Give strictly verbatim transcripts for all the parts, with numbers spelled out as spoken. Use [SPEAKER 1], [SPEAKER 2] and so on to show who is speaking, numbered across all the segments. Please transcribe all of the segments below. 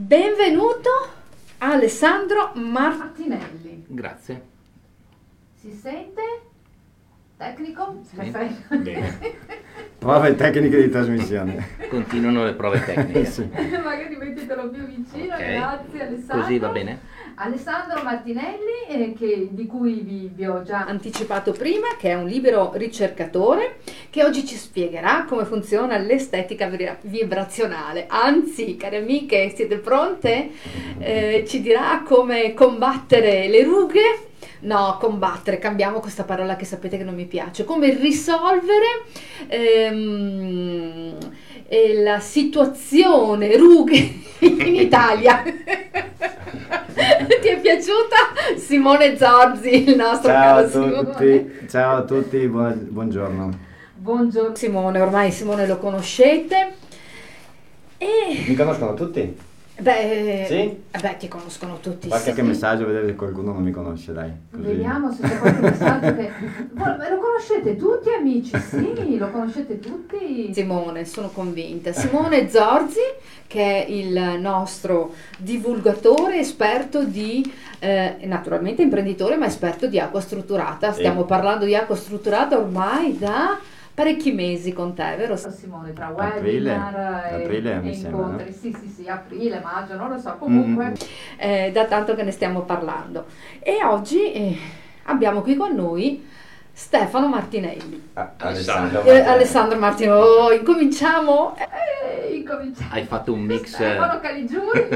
[SPEAKER 1] Benvenuto Alessandro Martinelli.
[SPEAKER 2] Grazie.
[SPEAKER 1] Si sente? Tecnico?
[SPEAKER 2] Sì.
[SPEAKER 1] Perfetto.
[SPEAKER 2] Bene.
[SPEAKER 3] Prove tecniche di trasmissione.
[SPEAKER 2] Continuano le prove tecniche.
[SPEAKER 3] Sì.
[SPEAKER 1] Magari mettetelo più vicino,
[SPEAKER 2] Ok.
[SPEAKER 1] grazie Alessandro.
[SPEAKER 2] Così va bene?
[SPEAKER 1] Alessandro Martinelli, eh, che, di cui vi, vi ho già anticipato prima, che è un libero ricercatore, che oggi ci spiegherà come funziona l'estetica vibra- vibrazionale. Anzi, cari amiche, siete pronte? Eh, ci dirà come combattere le rughe. No, combattere, cambiamo questa parola che sapete che non mi piace. Come risolvere ehm, eh, la situazione rughe in Italia. Ti è piaciuta? Simone Zorzi, il nostro
[SPEAKER 3] Ciao
[SPEAKER 1] caro
[SPEAKER 3] a
[SPEAKER 1] Simone.
[SPEAKER 3] tutti, ciao a tutti, buon- buongiorno.
[SPEAKER 1] Buongiorno Simone, ormai Simone lo conoscete. E
[SPEAKER 3] Mi conoscono tutti?
[SPEAKER 1] beh,
[SPEAKER 3] Sì?
[SPEAKER 1] eh beh, ti conoscono tutti.
[SPEAKER 3] Qualche
[SPEAKER 1] sì.
[SPEAKER 3] messaggio, vedere se qualcuno non mi conosce, dai. Così.
[SPEAKER 1] Vediamo se c'è qualche messaggio che... Voi lo conoscete tutti amici? Sì, lo conoscete tutti? Simone, sono convinta. Simone Zorzi, che è il nostro divulgatore, esperto di, eh, naturalmente imprenditore, ma esperto di acqua strutturata. Stiamo
[SPEAKER 3] Sì.
[SPEAKER 1] parlando di acqua strutturata ormai da parecchi mesi con te, vero Simone? Tra
[SPEAKER 3] Aprile,
[SPEAKER 1] webinar e,
[SPEAKER 3] aprile,
[SPEAKER 1] e
[SPEAKER 3] mi sembra,
[SPEAKER 1] incontri.
[SPEAKER 3] no?
[SPEAKER 1] Sì, sì, sì, aprile, maggio, non lo so, comunque
[SPEAKER 3] Mm.
[SPEAKER 1] eh, da tanto che ne stiamo parlando. E oggi eh, abbiamo qui con noi Stefano Martinelli.
[SPEAKER 3] Ah,
[SPEAKER 2] Alessandro.
[SPEAKER 1] Eh, Alessandro Martinelli, oh, incominciamo? Eh, incominciamo.
[SPEAKER 2] Hai fatto un mix.
[SPEAKER 1] Stefano Caligiuri.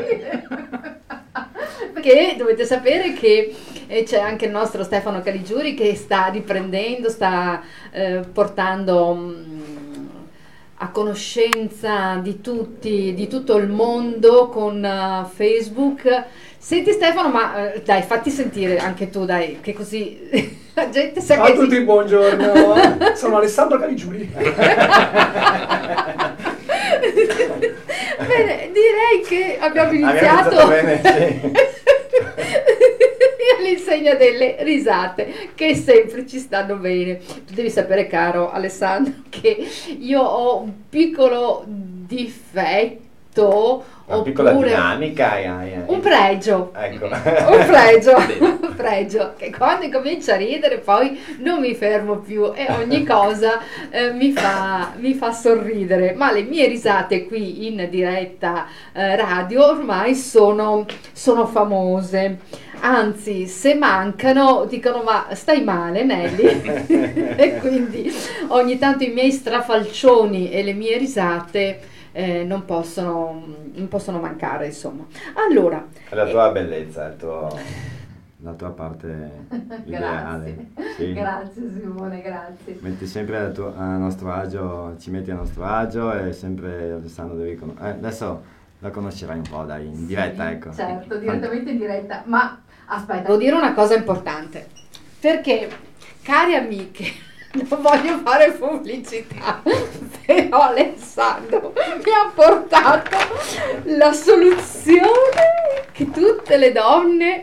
[SPEAKER 1] Perché dovete sapere che eh, c'è anche il nostro Stefano Caligiuri che sta riprendendo, sta eh, portando mh, a conoscenza di tutti, di tutto il mondo con uh, Facebook. Senti Stefano, ma eh, dai, fatti sentire anche tu, dai, che così la gente sa
[SPEAKER 4] Ciao
[SPEAKER 1] che
[SPEAKER 4] a tutti,
[SPEAKER 1] si-
[SPEAKER 4] buongiorno, sono Alessandro Caligiuri.
[SPEAKER 1] Bene, direi che abbiamo
[SPEAKER 3] Abbiamo
[SPEAKER 1] iniziato
[SPEAKER 3] iniziato bene, sì.
[SPEAKER 1] all'insegna delle risate che sempre ci stanno bene. Tu devi sapere, caro Alessandro, che io ho un piccolo difetto,
[SPEAKER 3] Una piccola
[SPEAKER 1] oppure
[SPEAKER 3] dinamica. hai- hai- hai-
[SPEAKER 1] un pregio.
[SPEAKER 3] Ecco.
[SPEAKER 1] Un pregio, un pregio, che quando incomincio a ridere poi non mi fermo più e ogni cosa eh, mi fa, mi fa sorridere, ma le mie risate qui in diretta eh, radio ormai sono, sono famose, anzi se mancano dicono ma stai male Nelly? E quindi ogni tanto i miei strafalcioni e le mie risate eh, non possono, non possono mancare, insomma. Allora,
[SPEAKER 3] È la tua bellezza, il tuo, la tua parte ideale. Sì.
[SPEAKER 1] Grazie Simone, grazie.
[SPEAKER 3] Metti sempre a, tuo- a nostro agio, ci metti a nostro agio e sempre Alessandro devi conoscere. adesso la conoscerai un po', dai, in diretta,
[SPEAKER 1] Sì,
[SPEAKER 3] ecco.
[SPEAKER 1] certo, direttamente in diretta. Ma aspetta, devo dire una cosa importante, perché, cari amiche, non voglio fare pubblicità, però Alessandro mi ha portato la soluzione che tutte le donne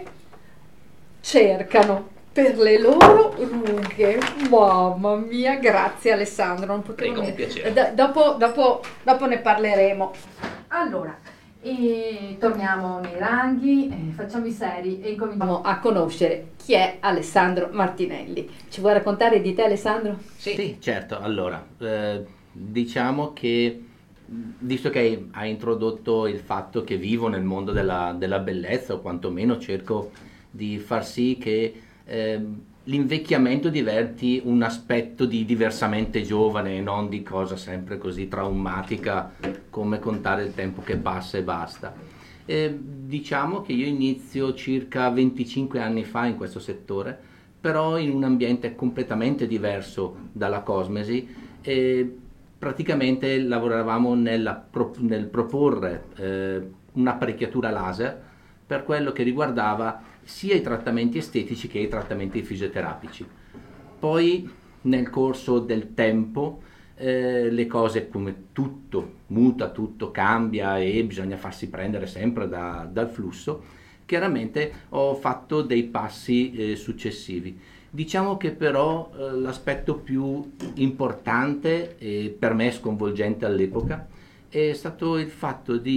[SPEAKER 1] cercano per le loro rughe. Mamma mia, grazie Alessandro, non potevo
[SPEAKER 2] Prego, un
[SPEAKER 1] niente.
[SPEAKER 2] piacere.
[SPEAKER 1] Da- dopo, dopo, dopo ne parleremo. Allora, e torniamo nei ranghi, eh, facciamo i seri e incominciamo a conoscere chi è Alessandro Martinelli. Ci vuoi raccontare di te, Alessandro?
[SPEAKER 2] Sì, certo. Allora, eh, diciamo che, visto che hai introdotto il fatto che vivo nel mondo della, della bellezza, o quantomeno cerco di far sì che ehm, l'invecchiamento diventi un aspetto di diversamente giovane e non di cosa sempre così traumatica come contare il tempo che passa e basta. Eh, diciamo che io inizio circa venticinque anni fa in questo settore, però in un ambiente completamente diverso dalla Cosmesi, e praticamente lavoravamo nella pro- nel proporre eh, un'apparecchiatura laser per quello che riguardava sia i trattamenti estetici che i trattamenti fisioterapici. Poi nel corso del tempo eh, le cose, come tutto muta, tutto cambia e bisogna farsi prendere sempre da- dal flusso. Chiaramente ho fatto dei passi eh, successivi. Diciamo che però eh, l'aspetto più importante e per me sconvolgente all'epoca è stato il fatto di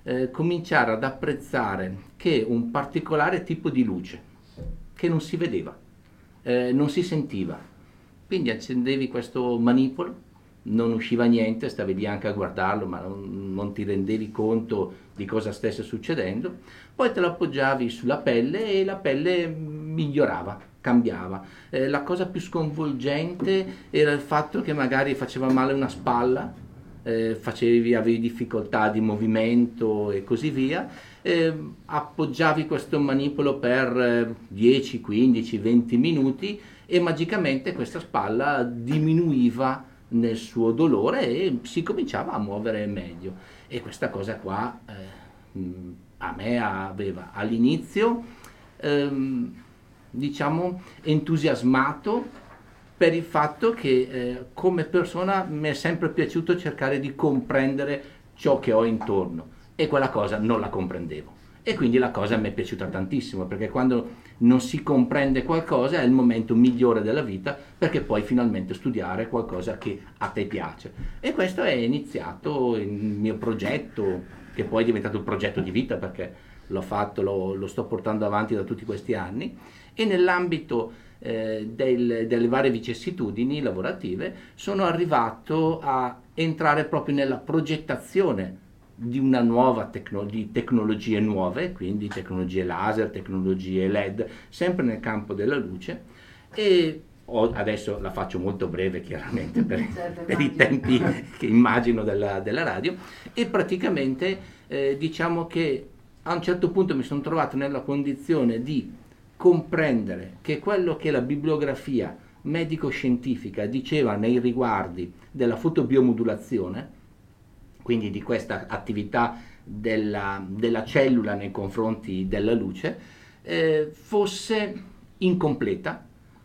[SPEAKER 2] eh, cominciare ad apprezzare che un particolare tipo di luce, che non si vedeva, eh, non si sentiva, quindi accendevi questo manipolo, non usciva niente, stavi lì anche a guardarlo, ma non, non ti rendevi conto di cosa stesse succedendo, poi te lo appoggiavi sulla pelle e la pelle migliorava, cambiava. Eh, la cosa più sconvolgente era il fatto che magari faceva male una spalla, eh, facevi, avevi difficoltà di movimento e così via, eh, appoggiavi questo manipolo per eh, dieci, quindici, venti minuti e magicamente questa spalla diminuiva nel suo dolore e si cominciava a muovere meglio. E questa cosa qua eh, a me aveva all'inizio ehm, diciamo entusiasmato per il fatto che eh, come persona mi è sempre piaciuto cercare di comprendere ciò che ho intorno e quella cosa non la comprendevo. E quindi la cosa mi è piaciuta tantissimo, perché quando non si comprende qualcosa è il momento migliore della vita, perché puoi finalmente studiare qualcosa che a te piace. E questo è iniziato il mio progetto, che poi è diventato un progetto di vita, perché l'ho fatto, lo, lo sto portando avanti da tutti questi anni, e nell'ambito eh, del, delle varie vicissitudini lavorative sono arrivato a entrare proprio nella progettazione di una nuova tecno- di tecnologie nuove, quindi tecnologie laser, tecnologie L E D, sempre nel campo della luce, e ho, adesso la faccio molto breve chiaramente per,
[SPEAKER 1] certo,
[SPEAKER 2] per i tempi che immagino della, della radio, e praticamente eh, diciamo che a un certo punto mi sono trovato nella condizione di comprendere che quello che la bibliografia medico-scientifica diceva nei riguardi della fotobiomodulazione, quindi di questa attività della, della cellula nei confronti della luce, eh, fosse incompleta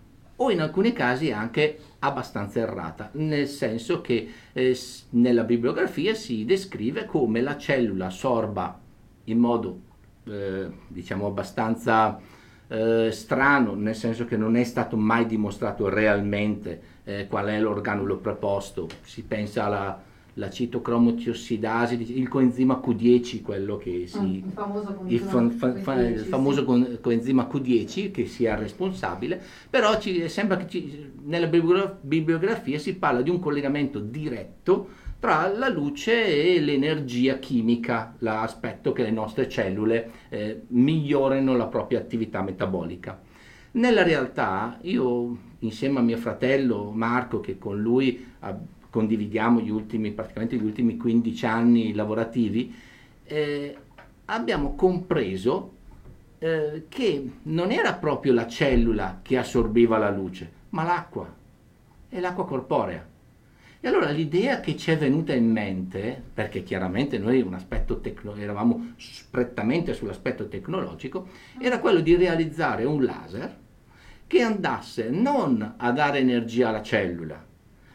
[SPEAKER 2] o in alcuni casi anche abbastanza errata, nel senso che eh, nella bibliografia si descrive come la cellula sorba in modo eh, diciamo abbastanza eh, strano, nel senso che non è stato mai dimostrato realmente eh, qual è l'organulo preposto. Si pensa alla la citocromotiossidasi, il coenzima Q dieci, quello che si,
[SPEAKER 1] il famoso
[SPEAKER 2] il, fa, fa, fa, il famoso co- coenzima Q dieci che sia responsabile, però ci, sembra che ci, nella bibliografia si parla di un collegamento diretto tra la luce e l'energia chimica, l'aspetto che le nostre cellule eh, migliorino la propria attività metabolica. Nella realtà io, insieme a mio fratello Marco, che con lui ha condividiamo gli ultimi, praticamente gli ultimi quindici anni lavorativi, eh, abbiamo compreso eh, che non era proprio la cellula che assorbiva la luce, ma l'acqua, e l'acqua corporea. E allora l'idea che ci è venuta in mente, perché chiaramente noi un aspetto tecno- eravamo prettamente sull'aspetto tecnologico, era quello di realizzare un laser che andasse non a dare energia alla cellula,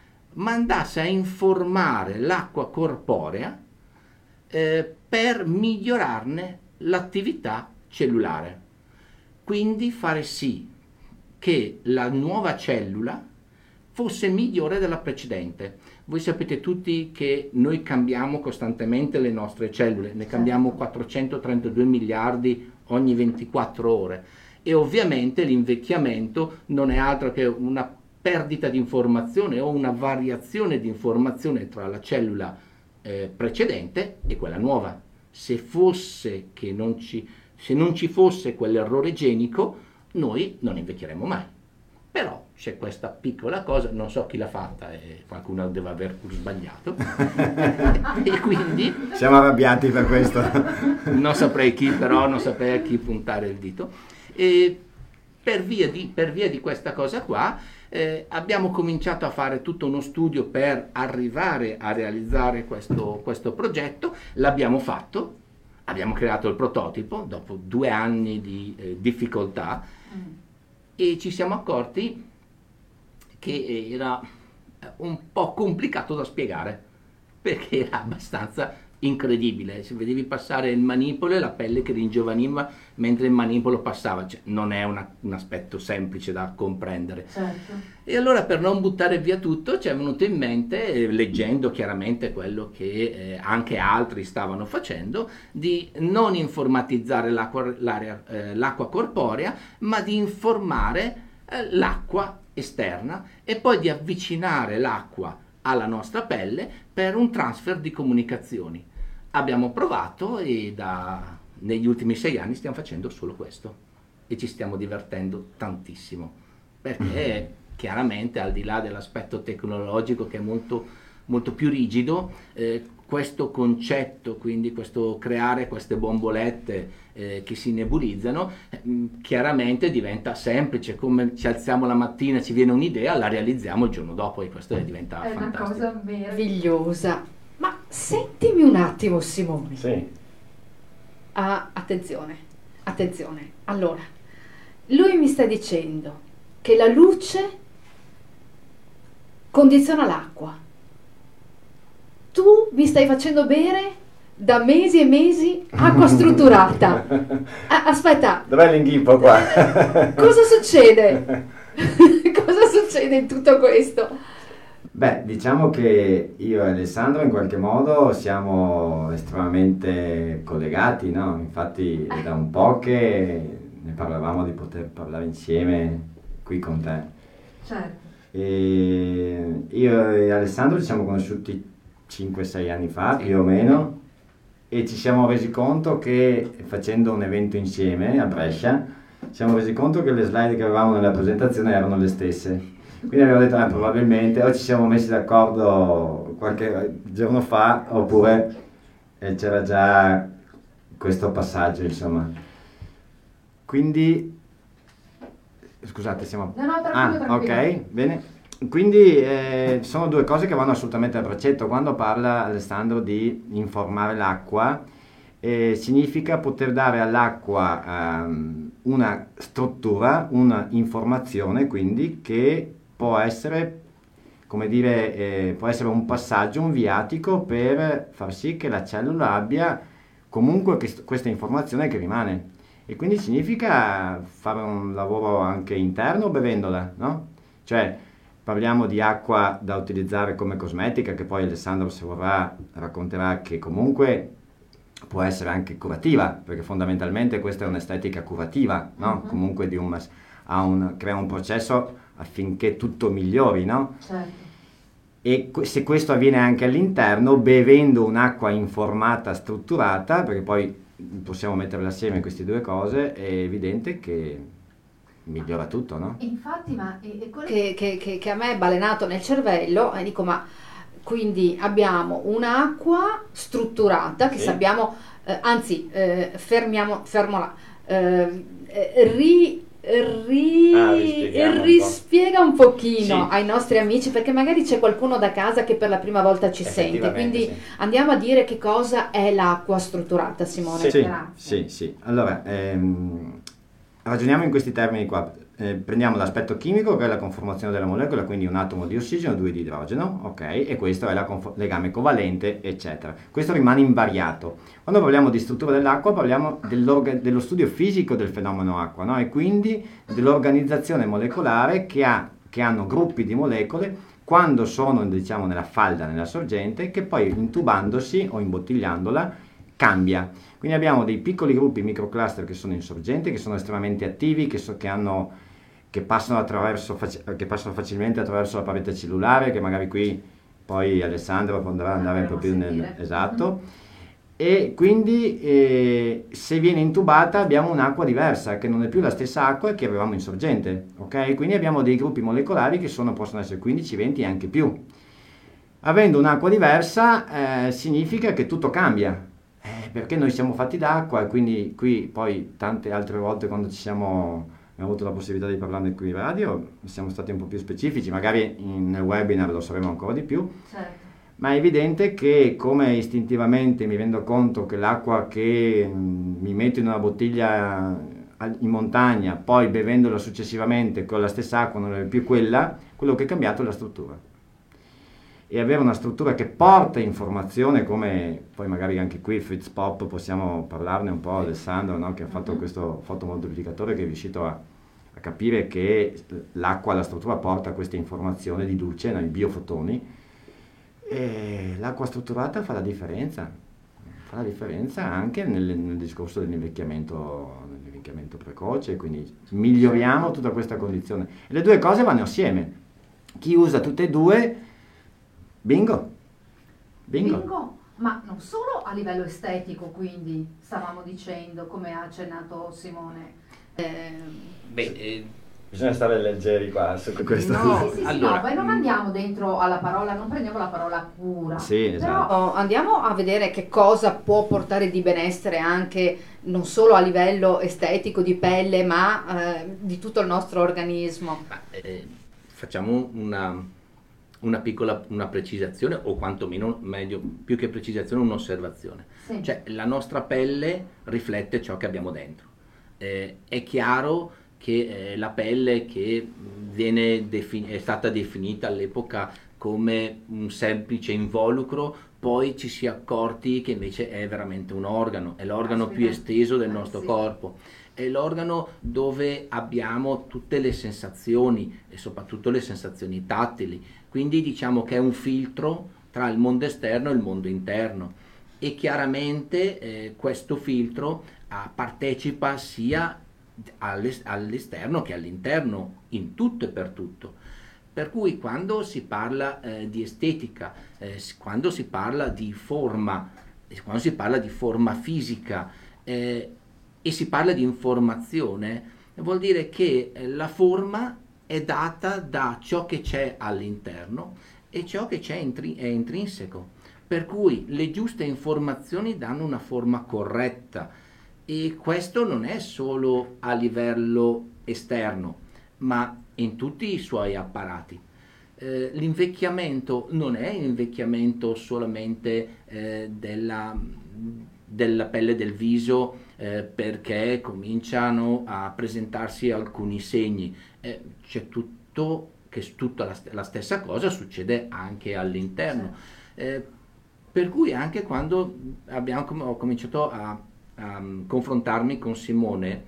[SPEAKER 2] ma andasse a informare l'acqua corporea eh, per migliorarne l'attività cellulare. Quindi fare sì che la nuova cellula fosse migliore della precedente. Voi sapete tutti che noi cambiamo costantemente le nostre cellule, ne cambiamo quattrocentotrentadue miliardi ogni ventiquattro ore, e ovviamente l'invecchiamento non è altro che una perdita di informazione o una variazione di informazione tra la cellula eh, precedente e quella nuova. Se fosse che non ci, se non ci fosse quell'errore genico, noi non invecchieremo mai. Però c'è questa piccola cosa, non so chi l'ha fatta, e qualcuno deve aver pur sbagliato, e quindi
[SPEAKER 3] siamo arrabbiati per questo.
[SPEAKER 2] Non saprei chi, però non saprei a chi puntare il dito. E per via di, per via di questa cosa qua, Eh, abbiamo cominciato a fare tutto uno studio per arrivare a realizzare questo, questo progetto. L'abbiamo fatto, abbiamo creato il prototipo dopo due anni di eh, difficoltà mm. e ci siamo accorti che era un po' complicato da spiegare, perché era abbastanza incredibile, se vedevi passare il manipolo e la pelle che ringiovaniva mentre il manipolo passava, cioè, non è una, un aspetto semplice da comprendere.
[SPEAKER 1] Certo.
[SPEAKER 2] E allora, per non buttare via tutto, ci è venuto in mente, eh, leggendo chiaramente quello che eh, anche altri stavano facendo, di non informatizzare l'acqua, l'aria, eh, l'acqua corporea, ma di informare eh, l'acqua esterna e poi di avvicinare l'acqua alla nostra pelle per un transfer di comunicazioni. Abbiamo provato e da, negli ultimi sei anni stiamo facendo solo questo e ci stiamo divertendo tantissimo, perché chiaramente, al di là dell'aspetto tecnologico che è molto, molto più rigido, eh, questo concetto, quindi questo creare queste bombolette eh, che si nebulizzano, eh, chiaramente diventa semplice, come ci alziamo la mattina, ci viene un'idea, la realizziamo il giorno dopo e questo diventa
[SPEAKER 1] È
[SPEAKER 2] fantastico.
[SPEAKER 1] una cosa meravigliosa. Ma sentimi un attimo, Simone.
[SPEAKER 3] Sì.
[SPEAKER 1] Ah, attenzione, attenzione. Allora, lui mi sta dicendo che la luce condiziona l'acqua. Tu mi stai facendo bere da mesi e mesi acqua strutturata. Ah, aspetta.
[SPEAKER 3] Dov'è l'inghippo qua?
[SPEAKER 1] Cosa succede? Cosa succede in tutto questo?
[SPEAKER 3] Beh, diciamo che io e Alessandro in qualche modo siamo estremamente collegati, no? Infatti è da un po' che ne parlavamo di poter parlare insieme qui con te.
[SPEAKER 1] Certo.
[SPEAKER 3] E io e Alessandro ci siamo conosciuti cinque sei anni fa, più o meno, e ci siamo resi conto che, facendo un evento insieme a Brescia, ci siamo resi conto che le slide che avevamo nella presentazione erano le stesse. Quindi abbiamo detto, eh, probabilmente o ci siamo messi d'accordo qualche giorno fa, oppure eh, c'era già questo passaggio, insomma. Quindi, scusate, siamo...
[SPEAKER 1] No, no, tranquillo,
[SPEAKER 3] Ah,
[SPEAKER 1] tranquillo.
[SPEAKER 3] ok, bene. Quindi eh, sono due cose che vanno assolutamente a braccetto. Quando parla Alessandro di informare l'acqua, eh, significa poter dare all'acqua ehm, una struttura, una informazione, quindi, che può essere, come dire, eh, può essere un passaggio, un viatico per far sì che la cellula abbia comunque quest- questa informazione che rimane. E quindi significa fare un lavoro anche interno bevendola, no? Cioè, parliamo di acqua da utilizzare come cosmetica, che poi Alessandro, se vorrà, racconterà che comunque può essere anche curativa, perché fondamentalmente questa è un'estetica curativa, no?
[SPEAKER 1] Mhm.
[SPEAKER 3] Comunque di un, mas- ha un- crea un processo affinché tutto migliori, no?
[SPEAKER 1] Certo.
[SPEAKER 3] E que- se questo avviene anche all'interno, bevendo un'acqua informata, strutturata, perché poi possiamo metterle assieme queste due cose, è evidente che migliora tutto, no?
[SPEAKER 1] Infatti, ma è, è quello che, che- che- che a me è balenato nel cervello, e dico, ma quindi abbiamo un'acqua strutturata che
[SPEAKER 3] Sì.
[SPEAKER 1] sappiamo, eh, anzi, eh, fermiamo, fermola, eh, eh, ri, ri-
[SPEAKER 3] Ah, rispieghiamo un po'.
[SPEAKER 1] rispiega un pochino
[SPEAKER 3] Sì.
[SPEAKER 1] ai nostri amici, perché magari c'è qualcuno da casa che per la prima volta ci sente,
[SPEAKER 3] Effettivamente,
[SPEAKER 1] quindi
[SPEAKER 3] sì.
[SPEAKER 1] andiamo a dire che cosa è l'acqua strutturata, Simone.
[SPEAKER 3] Sì,
[SPEAKER 1] Grazie.
[SPEAKER 3] sì, sì. Allora, ehm, ragioniamo in questi termini qua. Eh, prendiamo l'aspetto chimico, che è la conformazione della molecola, quindi un atomo di ossigeno, due di idrogeno, ok? E questo è il legame covalente, eccetera. Questo rimane invariato. Quando parliamo di struttura dell'acqua, parliamo dello studio fisico del fenomeno acqua, no? E quindi dell'organizzazione molecolare che, ha, che hanno gruppi di molecole quando sono, diciamo, nella falda, nella sorgente, che poi intubandosi o imbottigliandola cambia. Quindi abbiamo dei piccoli gruppi microcluster che sono in sorgente, che sono estremamente attivi, che, so, che, hanno, che, passano attraverso, faci- che passano facilmente attraverso la parete cellulare, che magari qui poi Alessandro potrà andare un po' più nel...
[SPEAKER 1] Sentire.
[SPEAKER 3] Esatto. E quindi eh, se viene intubata abbiamo un'acqua diversa, che non è più la stessa acqua che avevamo in sorgente, ok? Quindi abbiamo dei gruppi molecolari che sono, possono essere quindici, venti e anche più. Avendo un'acqua diversa eh, significa che tutto cambia. Eh, perché noi siamo fatti d'acqua e quindi qui poi tante altre volte quando ci siamo abbiamo avuto la possibilità di parlarne qui in radio siamo stati un po' più specifici, magari in, nel webinar lo saremo ancora di più,
[SPEAKER 1] Certo.
[SPEAKER 3] ma è evidente che come istintivamente mi rendo conto che l'acqua che mh, mi metto in una bottiglia in montagna, poi bevendola successivamente con la stessa acqua non è più quella, quello che è cambiato è la struttura. e avere una struttura che porta informazione, come poi magari anche qui Fritz Pop possiamo parlarne un po', Alessandro, no? Che ha fatto questo fotomoltiplicatore, che è riuscito a, a capire che l'acqua, la struttura porta queste informazioni di luce, no? I biofotoni, e l'acqua strutturata fa la differenza, fa la differenza anche nel, nel discorso dell'invecchiamento, nell'invecchiamento precoce, quindi miglioriamo tutta questa condizione. E le due cose vanno assieme. Chi usa tutte e due, bingo, bingo.
[SPEAKER 1] Bingo, ma non solo a livello estetico, quindi stavamo dicendo, come ha accennato Simone. Eh,
[SPEAKER 2] Beh, eh,
[SPEAKER 3] Bisogna stare leggeri qua su questo.
[SPEAKER 2] No,
[SPEAKER 1] sì, sì, sì,
[SPEAKER 2] allora,
[SPEAKER 1] no, beh, non andiamo dentro alla parola, non prendiamo la parola cura.
[SPEAKER 3] Sì, esatto.
[SPEAKER 1] Però andiamo a vedere che cosa può portare di benessere anche non solo a livello estetico di pelle, ma eh, di tutto il nostro organismo.
[SPEAKER 2] ma, eh, facciamo una, una piccola una precisazione, o quantomeno, meglio, più che precisazione, un'osservazione.
[SPEAKER 1] Sì.
[SPEAKER 2] Cioè, la nostra pelle riflette ciò che abbiamo dentro. Eh, è chiaro che eh, la pelle, che viene defin- è stata definita all'epoca come un semplice involucro, poi ci si è accorti che invece è veramente un organo, è l'organo più esteso del nostro
[SPEAKER 1] Sì.
[SPEAKER 2] corpo, è l'organo dove abbiamo tutte le sensazioni e soprattutto le sensazioni tattili, quindi diciamo che è un filtro tra il mondo esterno e il mondo interno, e chiaramente eh, questo filtro ah, partecipa sia all'esterno che all'interno, in tutto e per tutto. Per cui quando si parla eh, di estetica, eh, quando si parla di forma, quando si parla di forma fisica eh, e si parla di informazione, vuol dire che eh, la forma è data da ciò che c'è all'interno e ciò che c'è intri- è intrinseco. Per cui le giuste informazioni danno una forma corretta. E questo non è solo a livello esterno, ma in tutti i suoi apparati. Eh, l'invecchiamento non è invecchiamento solamente eh, della, della pelle del viso eh, perché cominciano a presentarsi alcuni segni. Eh, c'è tutto, che tutta la, la stessa cosa succede anche all'interno. Eh, per cui anche quando abbiamo, ho cominciato a Um, confrontarmi con Simone,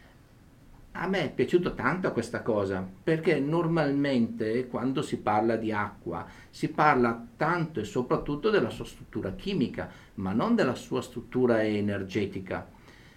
[SPEAKER 2] a me è piaciuta tanto questa cosa, perché normalmente quando si parla di acqua si parla tanto e soprattutto della sua struttura chimica, ma non della sua struttura energetica,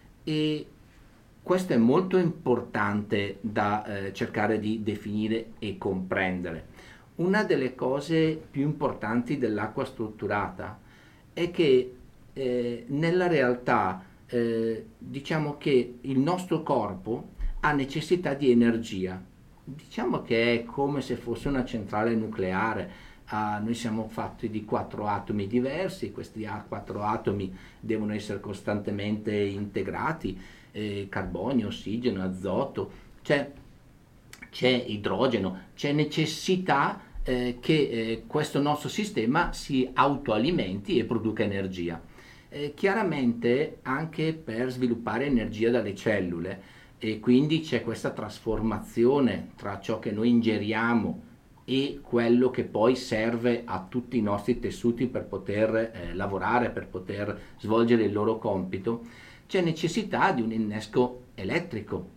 [SPEAKER 2] e questo è molto importante da eh, cercare di definire e comprendere. Una delle cose più importanti dell'acqua strutturata è che eh, nella realtà Eh, diciamo che il nostro corpo ha necessità di energia, diciamo che è come se fosse una centrale nucleare. Ah, noi siamo fatti di quattro atomi diversi, questi quattro atomi devono essere costantemente integrati, eh, carbonio, ossigeno, azoto, c'è, c'è idrogeno, c'è necessità eh, che eh, questo nostro sistema si autoalimenti e produca energia. Eh, chiaramente anche per sviluppare energia dalle cellule, e quindi c'è questa trasformazione tra ciò che noi ingeriamo e quello che poi serve a tutti i nostri tessuti per poter eh, lavorare, per poter svolgere il loro compito. C'è necessità di un innesco elettrico,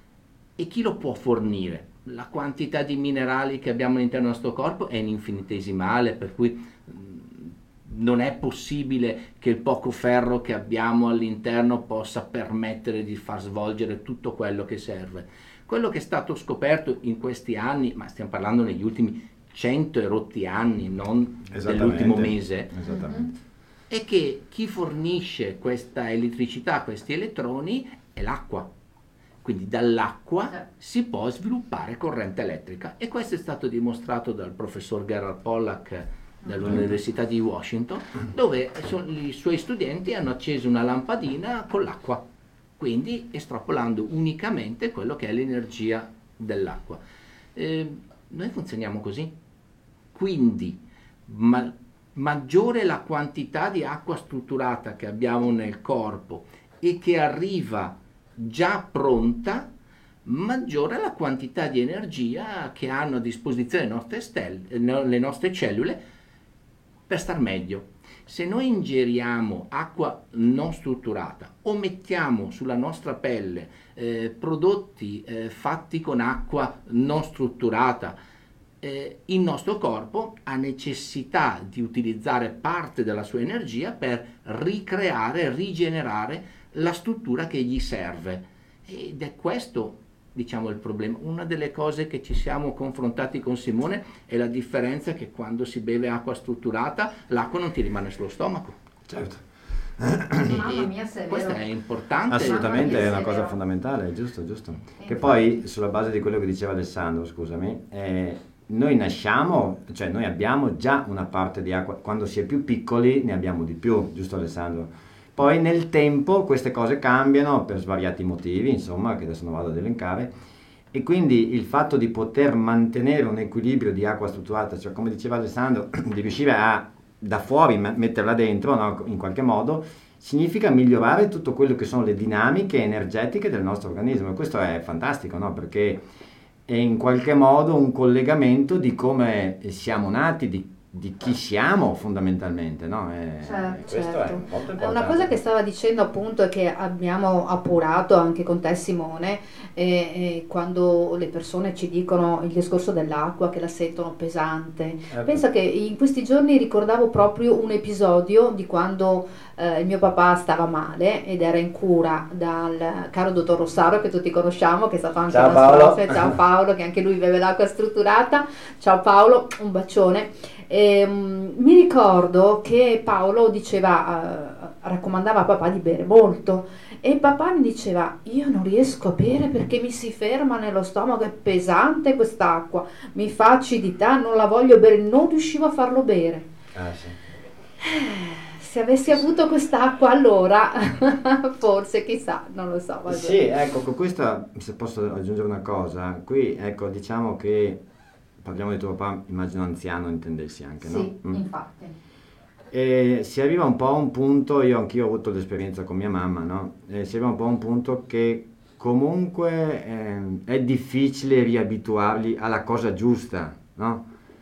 [SPEAKER 2] e chi lo può fornire? La quantità di minerali che abbiamo all'interno del nostro corpo è infinitesimale, per cui non è possibile che il poco ferro che abbiamo all'interno possa permettere di far svolgere tutto quello che serve. Quello che è stato scoperto in questi anni, ma stiamo parlando negli ultimi cento e rotti anni, non dell'ultimo mese, è che chi fornisce questa elettricità, questi elettroni, è l'acqua. Quindi dall'acqua si può sviluppare corrente elettrica, e questo è stato dimostrato dal professor Gerald Pollack dall'Università di Washington, dove i suoi studenti hanno acceso una lampadina con l'acqua, quindi estrapolando unicamente quello che è l'energia dell'acqua. Eh, noi funzioniamo così, quindi ma, maggiore la quantità di acqua strutturata che abbiamo nel corpo e che arriva già pronta, maggiore la quantità di energia che hanno a disposizione le nostre, stelle, le nostre cellule per star meglio. Se noi ingeriamo acqua non strutturata o mettiamo sulla nostra pelle eh, prodotti eh, fatti con acqua non strutturata, eh, il nostro corpo ha necessità di utilizzare parte della sua energia per ricreare, rigenerare la struttura che gli serve. Ed è questo, diciamo, il problema. Una delle cose che ci siamo confrontati con Simone è la differenza che quando si beve acqua strutturata l'acqua non ti rimane sullo stomaco.
[SPEAKER 3] Certo.
[SPEAKER 1] Mamma mia, se è
[SPEAKER 2] Questo
[SPEAKER 1] vero.
[SPEAKER 2] è importante.
[SPEAKER 3] Assolutamente,
[SPEAKER 1] Mamma mia,
[SPEAKER 3] è una
[SPEAKER 1] se è
[SPEAKER 3] cosa
[SPEAKER 1] vero.
[SPEAKER 3] fondamentale, giusto, giusto. Che
[SPEAKER 1] infatti.
[SPEAKER 3] poi, sulla base di quello che diceva Alessandro, scusami, eh, noi nasciamo, cioè noi abbiamo già una parte di acqua, quando si è più piccoli ne abbiamo di più, giusto Alessandro? Poi nel tempo queste cose cambiano per svariati motivi, insomma, che adesso non vado ad elencare, e quindi il fatto di poter mantenere un equilibrio di acqua strutturata, cioè come diceva Alessandro, di riuscire a da fuori metterla dentro, no, in qualche modo, significa migliorare tutto quello che sono le dinamiche energetiche del nostro organismo, e questo è fantastico, no? Perché è in qualche modo un collegamento di come siamo nati, di, di chi siamo fondamentalmente, no? È,
[SPEAKER 1] Certo,
[SPEAKER 3] questo
[SPEAKER 1] certo.
[SPEAKER 3] è molto
[SPEAKER 1] È
[SPEAKER 3] importante.
[SPEAKER 1] una cosa che stava dicendo appunto e che abbiamo appurato anche con te Simone, e, e quando le persone ci dicono il discorso dell'acqua che la sentono pesante.
[SPEAKER 3] Ecco.
[SPEAKER 1] Pensa che in questi giorni ricordavo proprio un episodio di quando eh, il mio papà stava male ed era in cura dal caro dottor Rossaro, che tutti conosciamo, che è stato anche
[SPEAKER 3] Ciao
[SPEAKER 1] una
[SPEAKER 3] Paolo.
[SPEAKER 1] sponsor. Ciao Paolo, che anche lui beve l'acqua strutturata. Ciao Paolo, un bacione. E, um, mi ricordo che Paolo diceva, uh, raccomandava a papà di bere molto, e papà mi diceva: io non riesco a bere perché mi si ferma nello stomaco, è pesante quest'acqua, mi fa acidità, non la voglio bere, non riuscivo a farlo bere.
[SPEAKER 3] Ah, sì.
[SPEAKER 1] Se avessi avuto quest'acqua allora forse, chissà, non lo so, vabbè.
[SPEAKER 3] Sì, ecco, con questa, se posso aggiungere una cosa, qui ecco, diciamo che parliamo di tuo papà, immagino anziano intendersi anche, no?
[SPEAKER 1] Sì,
[SPEAKER 3] Mm.
[SPEAKER 1] infatti.
[SPEAKER 3] E si arriva un po' a un punto, io anch'io ho avuto l'esperienza con mia mamma, no? E si arriva un po' a un punto che comunque ehm, è difficile riabituarli alla cosa giusta, no?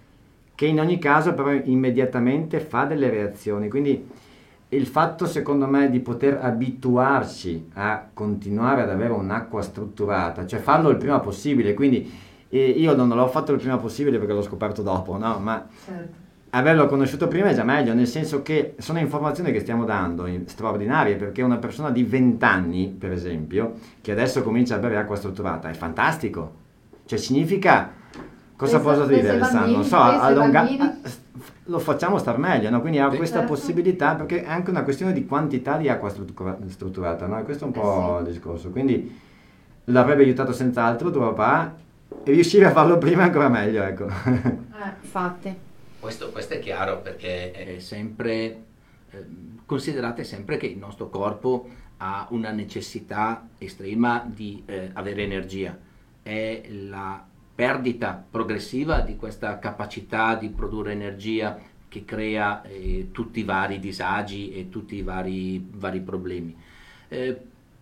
[SPEAKER 3] Che in ogni caso però immediatamente fa delle reazioni, quindi il fatto secondo me di poter abituarci a continuare ad avere un'acqua strutturata, cioè farlo il prima possibile, quindi eh, io non l'ho fatto il prima possibile perché l'ho scoperto dopo, no? Ma
[SPEAKER 1] Certo.
[SPEAKER 3] averlo conosciuto prima è già meglio, nel senso che sono informazioni che stiamo dando in- straordinarie, perché una persona di venti anni, per esempio, che adesso comincia a bere acqua strutturata, è fantastico. Cioè significa, cosa
[SPEAKER 1] Pensa-
[SPEAKER 3] posso dire
[SPEAKER 1] pensa ai
[SPEAKER 3] Alessandro? Non
[SPEAKER 1] bambini,
[SPEAKER 3] so,
[SPEAKER 1] pensa ai
[SPEAKER 3] allunga-
[SPEAKER 1] bambini.
[SPEAKER 3] a- lo facciamo star meglio, no? Quindi ha
[SPEAKER 2] Sì.
[SPEAKER 3] questa
[SPEAKER 1] Certo.
[SPEAKER 3] possibilità, perché è anche una questione di quantità di acqua struttura- strutturata, no? E questo è un
[SPEAKER 1] Eh
[SPEAKER 3] po'
[SPEAKER 1] sì.
[SPEAKER 3] il discorso. Quindi l'avrebbe aiutato senz'altro tuo papà, e riuscire a farlo prima è ancora meglio, ecco.
[SPEAKER 1] Eh, infatti.
[SPEAKER 2] Questo, questo è chiaro, perché è sempre, eh, considerate sempre che il nostro corpo ha una necessità estrema di eh, avere energia. È la perdita progressiva di questa capacità di produrre energia che crea eh, tutti i vari disagi e tutti i vari, vari problemi. Eh,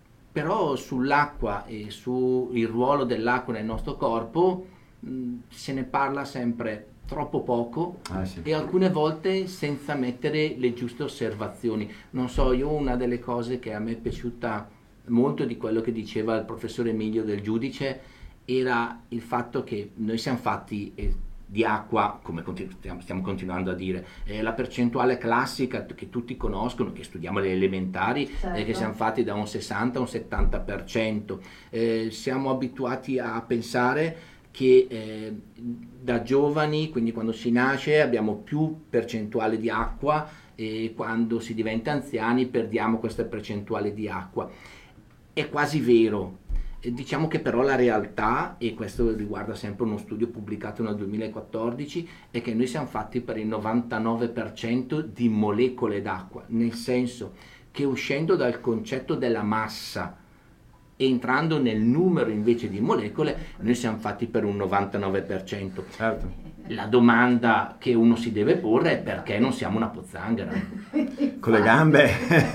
[SPEAKER 2] però sull'acqua e sul ruolo dell'acqua nel nostro corpo mh, se ne parla sempre troppo poco
[SPEAKER 3] Ah, sì.
[SPEAKER 2] e alcune volte senza mettere le giuste osservazioni. Non so, io una delle cose che a me è piaciuta molto di quello che diceva il professor Emilio Del Giudice era il fatto che noi siamo fatti eh, di acqua, come continu- stiamo, stiamo continuando a dire, eh, la percentuale classica che tutti conoscono, che studiamo alle elementari,
[SPEAKER 1] Certo.
[SPEAKER 2] è che siamo fatti da un sessanta a un settanta per cento. Eh, siamo abituati a pensare che eh, da giovani, quindi quando si nasce, abbiamo più percentuale di acqua e quando si diventa anziani perdiamo questa percentuale di acqua. È quasi vero. Eh, Diciamo che però la realtà, e questo riguarda sempre uno studio pubblicato nel duemilaquattordici, è che noi siamo fatti per il novantanove per cento di molecole d'acqua, nel senso che uscendo dal concetto della massa entrando nel numero invece di molecole, noi siamo fatti per un novantanove per cento.
[SPEAKER 3] Certo.
[SPEAKER 2] La domanda che uno si deve porre è perché non siamo una pozzanghera.
[SPEAKER 3] Con le gambe.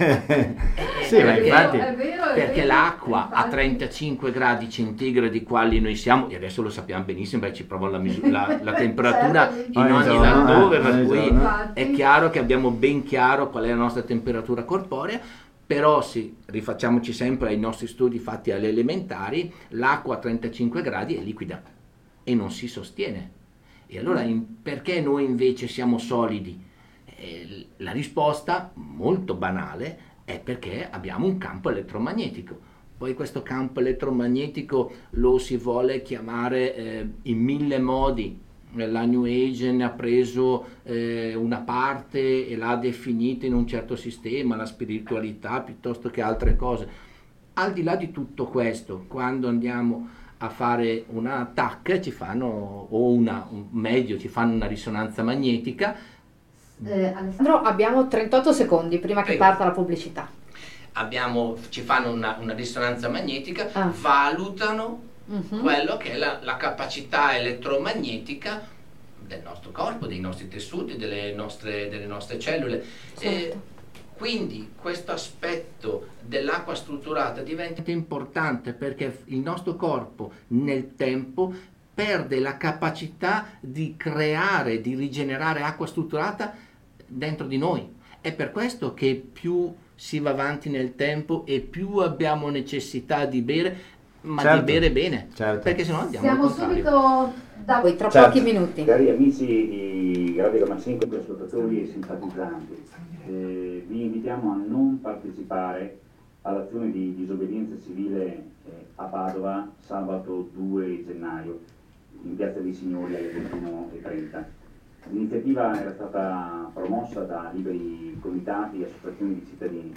[SPEAKER 3] Sì, ma
[SPEAKER 2] perché,
[SPEAKER 3] infatti.
[SPEAKER 1] È vero, è
[SPEAKER 2] perché
[SPEAKER 1] vero.
[SPEAKER 2] l'acqua a
[SPEAKER 1] Infatti.
[SPEAKER 2] trentacinque gradi centigradi, quali noi siamo, e adesso lo sappiamo benissimo perché ci provano la, misu- la, la temperatura
[SPEAKER 1] Certo,
[SPEAKER 2] in
[SPEAKER 3] ogni
[SPEAKER 2] ogni
[SPEAKER 3] giorno,
[SPEAKER 2] laddove,
[SPEAKER 3] eh,
[SPEAKER 2] per
[SPEAKER 3] ogni
[SPEAKER 2] cui
[SPEAKER 3] giorno.
[SPEAKER 2] è chiaro che abbiamo ben chiaro qual è la nostra temperatura corporea. Però se rifacciamoci sempre ai nostri studi fatti alle elementari, l'acqua a trentacinque gradi è liquida e non si sostiene. E allora in, perché noi invece siamo solidi? Eh, la risposta, molto banale, è perché abbiamo un campo elettromagnetico. Poi questo campo elettromagnetico lo si vuole chiamare eh, in mille modi. La New Age ne ha preso eh, una parte e l'ha definita in un certo sistema, la spiritualità piuttosto che altre cose. Al di là di tutto questo, quando andiamo a fare una T A C ci fanno, o una, un meglio, ci fanno una risonanza magnetica.
[SPEAKER 1] Eh, Alessandro, abbiamo trentotto secondi prima che
[SPEAKER 2] Prego.
[SPEAKER 1] parta la pubblicità.
[SPEAKER 2] Abbiamo, ci fanno una, una risonanza magnetica,
[SPEAKER 1] Ah.
[SPEAKER 2] valutano
[SPEAKER 1] Mhm.
[SPEAKER 2] quello che è la, la capacità elettromagnetica del nostro corpo, dei nostri tessuti, delle nostre, delle nostre cellule.
[SPEAKER 1] Certo.
[SPEAKER 2] E quindi questo aspetto dell'acqua strutturata diventa importante perché il nostro corpo nel tempo perde la capacità di creare, di rigenerare acqua strutturata dentro di noi. È per questo che più si va avanti nel tempo e più abbiamo necessità di bere, ma
[SPEAKER 3] Certo.
[SPEAKER 2] di bere bene,
[SPEAKER 3] Certo.
[SPEAKER 2] perché sennò andiamo
[SPEAKER 1] Siamo
[SPEAKER 2] al contrario.
[SPEAKER 1] subito da voi, tra
[SPEAKER 3] Certo.
[SPEAKER 1] pochi minuti.
[SPEAKER 5] Cari amici di Radio Gamma cinque, ascoltatori e simpatizzanti, eh, vi invitiamo a non partecipare all'azione di disobbedienza civile eh, a Padova sabato due gennaio in Piazza dei Signori alle ventuno e trenta. L'iniziativa era stata promossa da liberi comitati e associazioni di cittadini,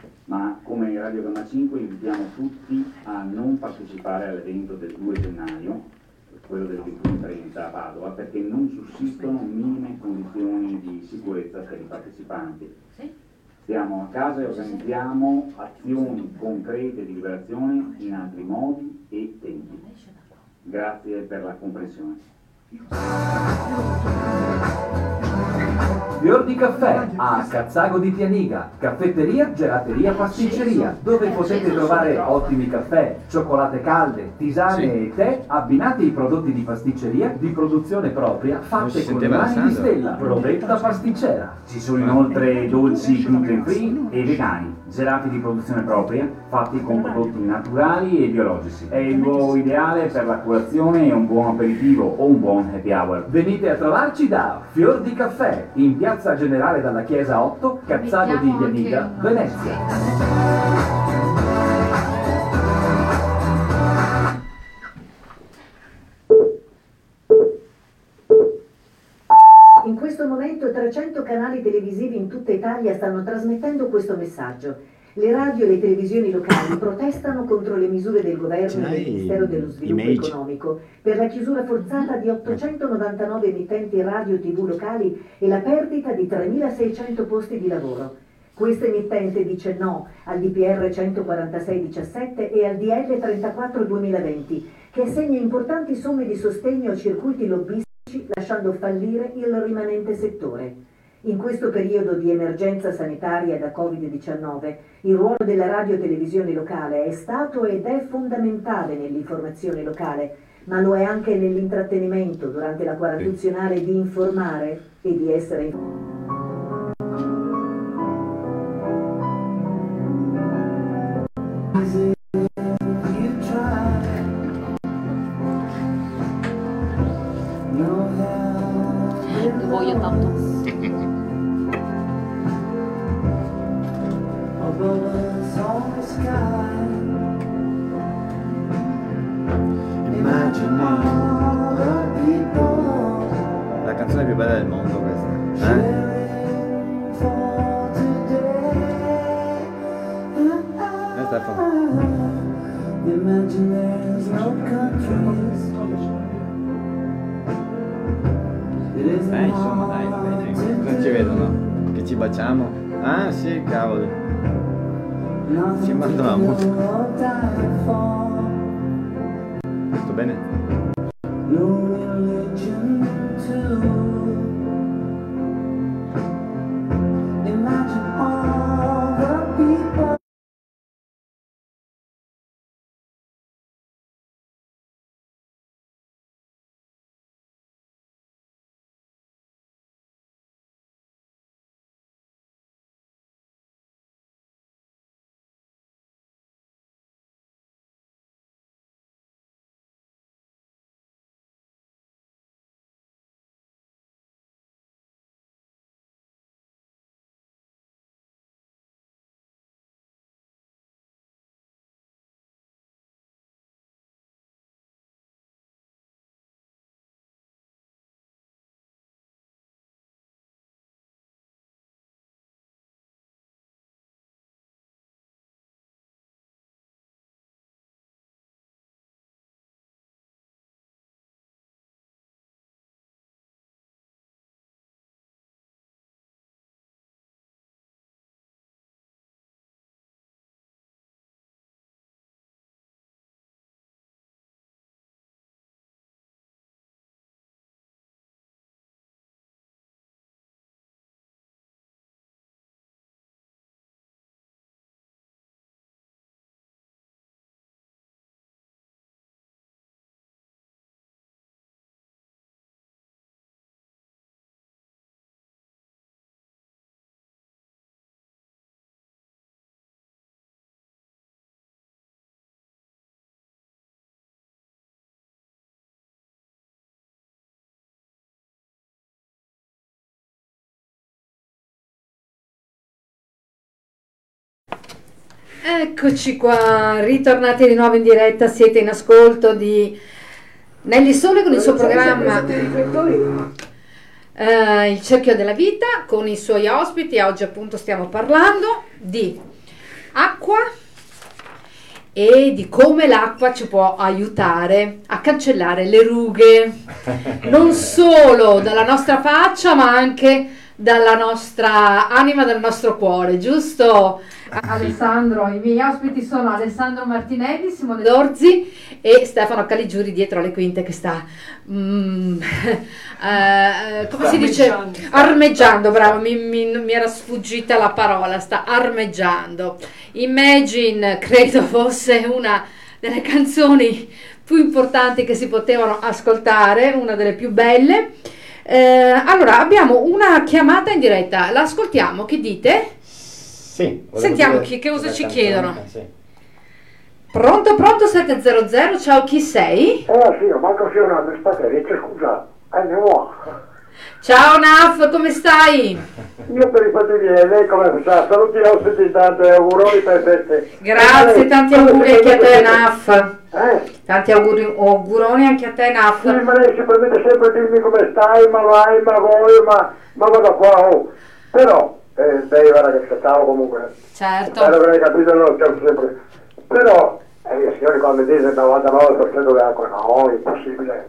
[SPEAKER 5] ma come Radio Gamma cinque invitiamo tutti a non partecipare all'evento del due gennaio, quello delle ventuno e trenta a Padova, perché non sussistono minime condizioni di sicurezza per i partecipanti. Stiamo a casa e organizziamo azioni concrete di liberazione in altri modi e tempi. Grazie per la comprensione.
[SPEAKER 6] Fior di caffè a Cazzago di Pianiga, caffetteria, gelateria, pasticceria, dove potete trovare ottimi caffè, cioccolate calde, tisane
[SPEAKER 3] Sì.
[SPEAKER 6] e tè, abbinati ai prodotti di pasticceria di produzione propria,
[SPEAKER 3] Non
[SPEAKER 6] fatte
[SPEAKER 3] si
[SPEAKER 6] con le
[SPEAKER 3] sentiva
[SPEAKER 6] mani di
[SPEAKER 3] Alessandro?
[SPEAKER 6] Stella, Provetta Pasticcera.
[SPEAKER 5] Ci sono inoltre dolci gluten free e vegani, gelati di produzione propria, fatti con prodotti naturali e biologici. È il luogo ideale per la colazione e un buon aperitivo o un buon happy hour.
[SPEAKER 6] Venite a trovarci da Fior di Caffè, in piazza Generale dalla Chiesa otto, Cazzago di
[SPEAKER 1] Mettiamo anche
[SPEAKER 6] Pianiga,
[SPEAKER 1] una
[SPEAKER 6] Venezia.
[SPEAKER 7] In questo momento trecento canali televisivi in tutta Italia stanno trasmettendo questo messaggio. Le radio e le televisioni locali protestano contro le misure del governo
[SPEAKER 3] Ce
[SPEAKER 7] e del
[SPEAKER 3] l'hai
[SPEAKER 7] Ministero dello Sviluppo
[SPEAKER 3] image?
[SPEAKER 7] Economico per la chiusura forzata di ottocentonovantanove emittenti radio tivù locali e la perdita di tremilaseicento posti di lavoro. Questa emittente dice no al D P R centoquarantasei diciassette e al D L trentaquattro duemilaventi, che assegna importanti somme di sostegno a circuiti lobbistici, lasciando fallire il rimanente settore. In questo periodo di emergenza sanitaria da covid diciannove, il ruolo della radio e televisione locale è stato ed è fondamentale nell'informazione locale, ma lo è anche nell'intrattenimento durante la quarantuzionale di informare e di essere informati.
[SPEAKER 1] Lo voglio tanto.
[SPEAKER 3] La canzone più bella del mondo questa. Eh? Eh, Stefano. Eh, insomma, dai, va bene. Non ci vedono. Che ci baciamo. Ah, sì, cavolo. Si abbandona molto. Sto bene?
[SPEAKER 1] Eccoci qua, ritornati di nuovo in diretta, siete in ascolto di Nelly Sole con il suo programma eh, Il Cerchio della Vita con i suoi ospiti. Oggi appunto stiamo parlando di acqua e di come l'acqua ci può aiutare a cancellare le rughe, non solo dalla nostra faccia ma anche dalla nostra anima, dal nostro cuore, giusto? Alessandro, i miei ospiti sono Alessandro Martinelli, Simone Dorzi e Stefano Caligiuri dietro le quinte che sta mm, eh, come si dice? Armeggiando, bravo, mi, mi, mi era sfuggita la parola, sta armeggiando. Imagine credo fosse una delle canzoni più importanti che si potevano ascoltare, una delle più belle. Eh, allora abbiamo una chiamata in diretta, la ascoltiamo, che dite?
[SPEAKER 3] Sì,
[SPEAKER 1] sentiamo chi, che cosa ci chiedono.
[SPEAKER 3] Sì.
[SPEAKER 1] Pronto, pronto, sette zero zero, ciao, chi sei?
[SPEAKER 8] Eh sì, ma così una dice scusa, è nuovo.
[SPEAKER 1] Ciao Naf, come stai?
[SPEAKER 8] Io per i fatti miei, lei come sta? Saluti ospiti, tanti auguroni per feste.
[SPEAKER 1] Grazie, tanti auguri anche a te Naf.
[SPEAKER 8] Eh?
[SPEAKER 1] Tanti auguri, auguroni anche a te Naf.
[SPEAKER 8] Sì, ma lei si permette sempre di dirmi come stai, ma vai, ma vuoi, ma, ma vado qua, oh. Però, eh, beh, guarda che aspettavo comunque.
[SPEAKER 1] Certo.
[SPEAKER 8] Spero che hai capito, non lo sempre. Però, eh, signori, quando mi dice il novantanove per cento d'acqua, no, è impossibile.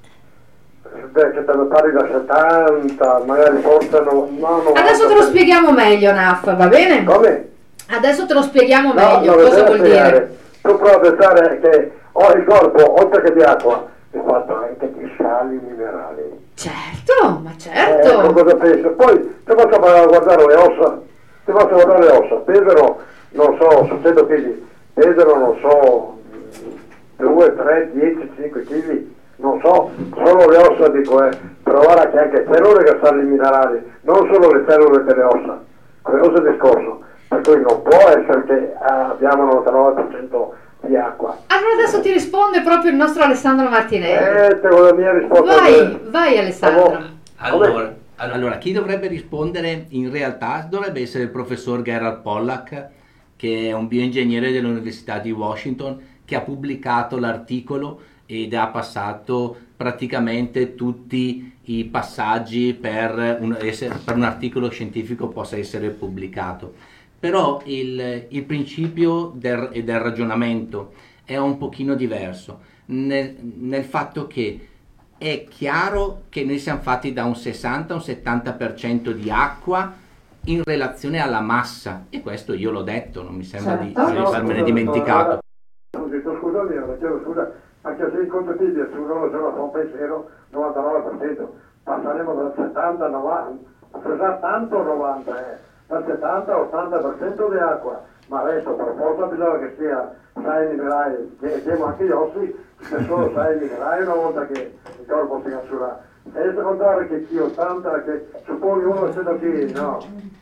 [SPEAKER 8] Che te lo parli da settanta, magari forse no, no,
[SPEAKER 1] adesso te lo spieghiamo meglio Naf, va bene?
[SPEAKER 8] Come?
[SPEAKER 1] Adesso te lo spieghiamo
[SPEAKER 8] No,
[SPEAKER 1] meglio, cosa vuol
[SPEAKER 8] spiegare.
[SPEAKER 1] dire?
[SPEAKER 8] Tu prova a pensare che ho il corpo, oltre che di acqua, è fatto anche di sali minerali.
[SPEAKER 1] Certo, ma
[SPEAKER 8] Eh,
[SPEAKER 1] certo.
[SPEAKER 8] cosa penso? Poi ti faccio guardare le ossa, ti faccio guardare le ossa, pesano, non so, su cento chili, pesano, non so, due, tre, dieci, cinque chili. Non so, solo le ossa dico, eh, provare che anche cellule che sali minerali, non solo le cellule delle ossa, questo è il discorso, per cui non può essere che eh, abbiamo il novantanove per cento di acqua.
[SPEAKER 1] Allora adesso ti risponde proprio il nostro Alessandro Martinelli.
[SPEAKER 8] Eh, te la mia risposta.
[SPEAKER 1] Vai, vai Alessandro.
[SPEAKER 2] Allora, allora, chi dovrebbe rispondere in realtà dovrebbe essere il professor Gerald Pollack, che è un bioingegnere dell'Università di Washington, che ha pubblicato l'articolo ed ha passato praticamente tutti i passaggi per un, per un articolo scientifico possa essere pubblicato. Però il, il principio del, del ragionamento è un pochino diverso, nel, nel fatto che è chiaro che noi siamo fatti da un sessanta a un settanta per cento di acqua in relazione alla massa, e questo io l'ho detto, non mi sembra
[SPEAKER 1] Certo.
[SPEAKER 2] di avermene dimenticato.
[SPEAKER 8] Scusami, io chiedo scusa, anche se i contattivi assumono solo un pensiero, novantanove per cento, passeremo dal settanta, novanta, a tanto novanta, eh, dal settanta ottanta per cento di acqua, ma adesso per forza bisogna che sia sei minerali, che abbiamo anche gli ossi, che sono sei minerali una volta che il corpo si asciuga. E devo contare che chi ottanta, che supponi uno cento chili, no?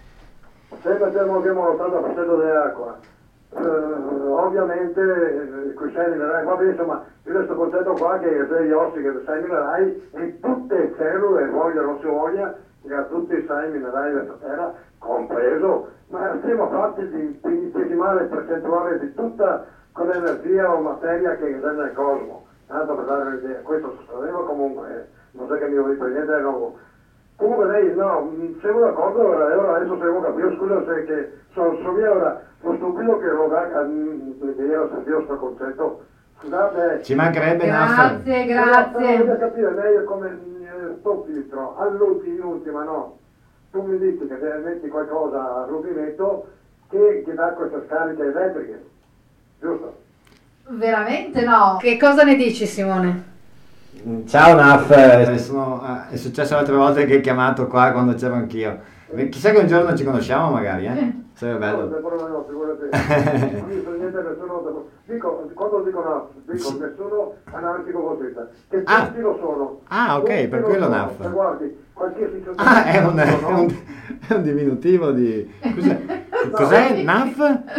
[SPEAKER 8] Se mettiamo abbiamo l'ottanta per cento di acqua, eh, ovviamente eh, quei sei minerali, va bene, insomma, io questo concetto qua che se gli ossi che sei minerali in tutte le cellule, voglia non si voglia, che ha tutti i sei minerali della terra, compreso, ma siamo fatti di infinitesimale percentuale di tutta quell'energia o materia che è nel cosmo. Tanto per dare un'idea, questo sosteneva comunque, eh, non so che mi vuoi per niente, no. Comunque lei, no, siamo d'accordo, ora, ora adesso siamo capito, scusa se che sono, sono io ora, lo stupido che lo da, che io ho sentito questo concetto, scusate.
[SPEAKER 3] Ci mancherebbe Naf.
[SPEAKER 1] Grazie, grazie.
[SPEAKER 8] Voglio capire, lei è come eh, sto filtro, all'ultima, no? Tu mi dici che te metti qualcosa al rubinetto che, che dà queste scariche elettriche, giusto?
[SPEAKER 1] Veramente no. Che cosa ne dici, Simone?
[SPEAKER 3] Ciao Naf, eh, sono- eh, è successo altre volte che hai chiamato qua quando c'ero anch'io. Eh, Chissà che un giorno ci conosciamo magari, eh? Sarebbe
[SPEAKER 8] No,
[SPEAKER 3] bello.
[SPEAKER 8] però no, figurati. Non mi fa niente nessuno. Dico, quando dico no, dico nessuno anarchico cosista. Che
[SPEAKER 3] Ah.
[SPEAKER 8] tutti lo sono.
[SPEAKER 3] Ah, ok,
[SPEAKER 8] Tutti
[SPEAKER 3] per
[SPEAKER 8] lo
[SPEAKER 3] quello
[SPEAKER 8] sono.
[SPEAKER 3] Naf.
[SPEAKER 8] Se guardi, qualsiasi cittadino.
[SPEAKER 3] Ah, è un, è
[SPEAKER 8] no?
[SPEAKER 3] un- è un diminutivo di... Cos'è? Cos'è? Naf?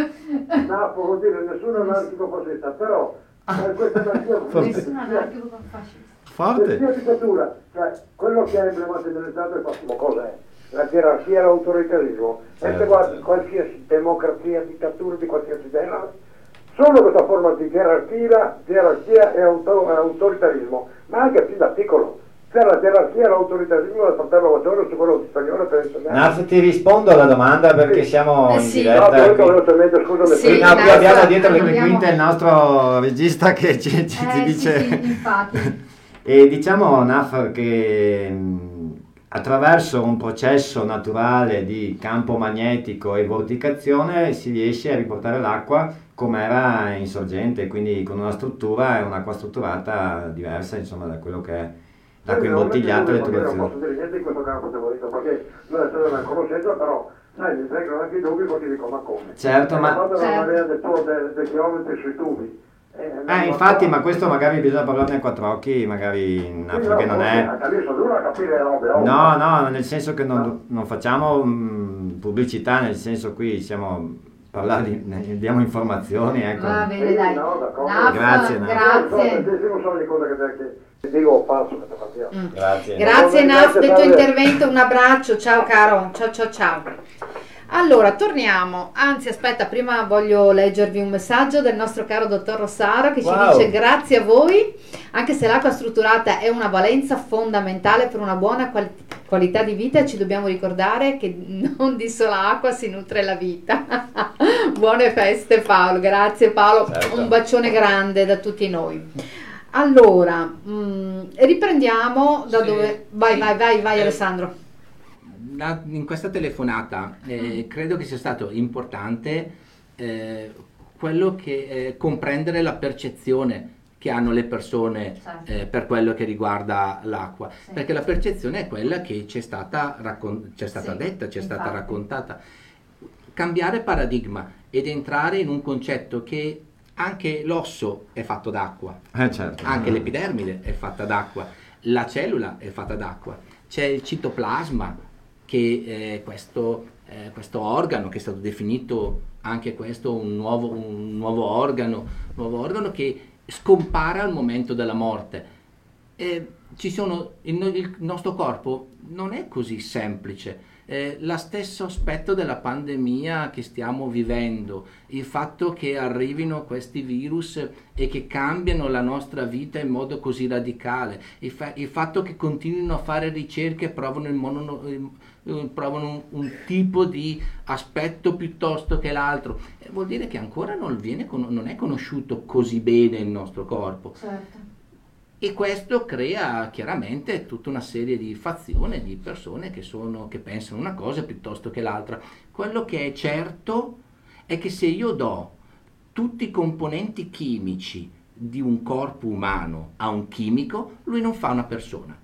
[SPEAKER 8] No, vuol dire nessuno anarchico fascista, però eh, questa anarchia
[SPEAKER 3] Forse.
[SPEAKER 1] Nessun anarchico con fascista.
[SPEAKER 3] Forte?
[SPEAKER 8] sia dittatura, cioè quello che è emblematico dello Stato è fatto cos'è? La gerarchia e l'autoritarismo. E se
[SPEAKER 3] Certo,
[SPEAKER 8] guardi
[SPEAKER 3] certo.
[SPEAKER 8] qualsiasi democrazia, dittatura di qualsiasi genere, solo questa forma di gerarchia, gerarchia e auto- autoritarismo, ma anche fin da piccolo. C'è la gerarchia e l'autoritarismo del fratello maggiore su quello superiore per insegnare.
[SPEAKER 3] Naf, ti rispondo alla domanda perché siamo
[SPEAKER 1] Eh
[SPEAKER 3] in
[SPEAKER 1] sì.
[SPEAKER 8] No,
[SPEAKER 3] diretta.
[SPEAKER 8] ti dico
[SPEAKER 3] qui.
[SPEAKER 8] velocemente, scusami.
[SPEAKER 1] Sì,
[SPEAKER 3] Qui, no, qui
[SPEAKER 1] Naf,
[SPEAKER 3] abbiamo dietro le
[SPEAKER 1] abbiamo-
[SPEAKER 3] quinte il nostro regista che ci, ci- ci
[SPEAKER 1] Eh,
[SPEAKER 3] dice...
[SPEAKER 1] sì, sì, infatti.
[SPEAKER 3] E diciamo, Naf, che mh, attraverso un processo naturale di campo magnetico e vorticazione si riesce a riportare l'acqua come era in sorgente, quindi con una struttura e un'acqua strutturata diversa, insomma, da quello che è l'acqua imbottigliata e le
[SPEAKER 8] Non posso
[SPEAKER 3] tubazioni.
[SPEAKER 8] dire niente in questo campo, devo dire, perché noi siamo una conoscenza, però sai, mi vengono anche i dubbi perché dico ma come?
[SPEAKER 3] Certo, ma-
[SPEAKER 8] Quando
[SPEAKER 1] Certo.
[SPEAKER 8] non aveva del tuo de- dei chilometri sui tubi. Eh,
[SPEAKER 3] Eh, infatti, ma questo magari bisogna parlarne a quattro occhi, magari Naf, perché non è...
[SPEAKER 8] Adesso dura a capire le robe, oh.
[SPEAKER 3] No, no, nel senso che non, non facciamo mh, pubblicità, nel senso qui siamo parlare di, diamo informazioni, ecco.
[SPEAKER 1] Va bene,
[SPEAKER 8] Sì,
[SPEAKER 1] dai.
[SPEAKER 8] no, d'accordo.
[SPEAKER 1] Naf,
[SPEAKER 3] Grazie, Naf.
[SPEAKER 1] grazie.
[SPEAKER 8] Non sono le cose che, che dico falso che ti faccio.
[SPEAKER 1] Mm.
[SPEAKER 3] Grazie.
[SPEAKER 1] Grazie Naf
[SPEAKER 8] Grazie,
[SPEAKER 1] del tuo
[SPEAKER 8] salve.
[SPEAKER 1] intervento, un abbraccio, ciao caro, ciao ciao ciao. Allora, torniamo, anzi aspetta, prima voglio leggervi un messaggio del nostro caro dottor Rossara che ci
[SPEAKER 3] Wow.
[SPEAKER 1] dice grazie a voi, anche se l'acqua strutturata è una valenza fondamentale per una buona qual- qualità di vita, ci dobbiamo ricordare che non di sola acqua si nutre la vita. Buone feste Paolo, grazie Paolo,
[SPEAKER 3] Certo.
[SPEAKER 1] un bacione grande da tutti noi. Allora, mh, riprendiamo da
[SPEAKER 2] Sì,
[SPEAKER 1] dove... Vai,
[SPEAKER 2] sì.
[SPEAKER 1] vai, vai, vai
[SPEAKER 2] Eh,
[SPEAKER 1] Alessandro.
[SPEAKER 2] La- in questa telefonata eh, credo che sia stato importante eh, quello che eh, comprendere la percezione che hanno le persone
[SPEAKER 1] Certo.
[SPEAKER 2] eh, per quello che riguarda l'acqua,
[SPEAKER 1] Sì.
[SPEAKER 2] perché la percezione è quella che ci è stata, raccon- ci è stata
[SPEAKER 1] Sì,
[SPEAKER 2] detta, ci è stata
[SPEAKER 1] infatti.
[SPEAKER 2] raccontata. Cambiare paradigma ed entrare in un concetto che anche l'osso è fatto d'acqua,
[SPEAKER 3] Eh, certo.
[SPEAKER 2] anche l'epidermide è fatta d'acqua, la cellula è fatta d'acqua, c'è il citoplasma che è questo, eh, questo organo che è stato definito anche questo un nuovo, un nuovo organo, nuovo organo che scompare al momento della morte. E ci sono, il, no- il nostro corpo non è così semplice. Eh, lo stesso aspetto della pandemia che stiamo vivendo, il fatto che arrivino questi virus e che cambiano la nostra vita in modo così radicale, il, fa- il fatto che continuino a fare ricerche e provano, il mono- eh, provano un, un tipo di aspetto piuttosto che l'altro, eh, vuol dire che ancora non, viene con- non è conosciuto così bene il nostro corpo.
[SPEAKER 1] Certo.
[SPEAKER 2] E questo crea chiaramente tutta una serie di fazioni, di persone che, sono, che pensano una cosa piuttosto che l'altra. Quello che è certo è che se io do tutti i componenti chimici di un corpo umano a un chimico, lui non fa una persona.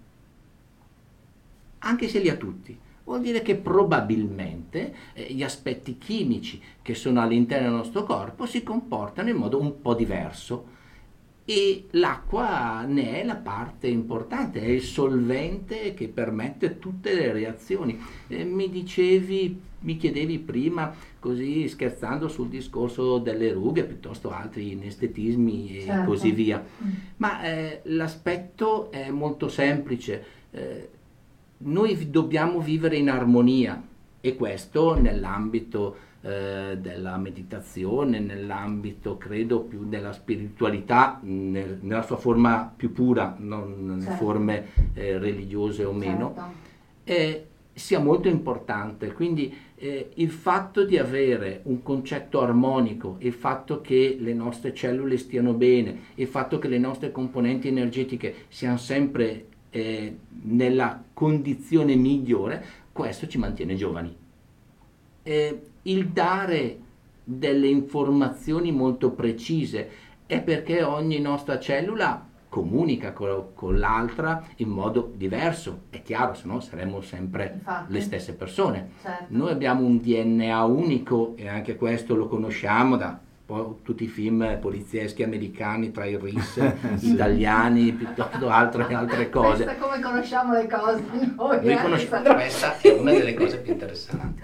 [SPEAKER 2] Anche se li ha tutti. Vuol dire che probabilmente eh, gli aspetti chimici che sono all'interno del nostro corpo si comportano in modo un po' diverso. E l'acqua ne è la parte importante, è il solvente che permette tutte le reazioni. Eh, mi dicevi, mi chiedevi prima, così scherzando, sul discorso delle rughe, piuttosto altri inestetismi e
[SPEAKER 1] certo.
[SPEAKER 2] così via. Ma eh, l'aspetto è molto semplice. Eh, noi dobbiamo vivere in armonia, e questo nell'ambito Eh, della meditazione, nell'ambito credo più della spiritualità, nel, nella sua forma più pura, non nelle
[SPEAKER 1] certo.
[SPEAKER 2] forme eh, religiose o meno,
[SPEAKER 1] certo.
[SPEAKER 2] eh, sia molto importante. Quindi eh, il fatto di avere un concetto armonico, il fatto che le nostre cellule stiano bene, il fatto che le nostre componenti energetiche siano sempre eh, nella condizione migliore, questo ci mantiene giovani. Eh, il dare delle informazioni molto precise è perché ogni nostra cellula comunica con, con l'altra in modo diverso, è chiaro, se no saremmo sempre
[SPEAKER 1] Infatti.
[SPEAKER 2] le stesse persone.
[SPEAKER 1] Certo.
[SPEAKER 2] Noi abbiamo un D N A unico, e anche questo lo conosciamo da po- tutti i film polizieschi americani, tra i R I S
[SPEAKER 3] Sì.
[SPEAKER 2] italiani, piuttosto altre, altre cose.
[SPEAKER 1] Questa è come conosciamo le cose noi.
[SPEAKER 2] Noi
[SPEAKER 1] eh,
[SPEAKER 2] conosciamo,
[SPEAKER 1] Sandra?
[SPEAKER 2] questa è una delle cose più interessanti.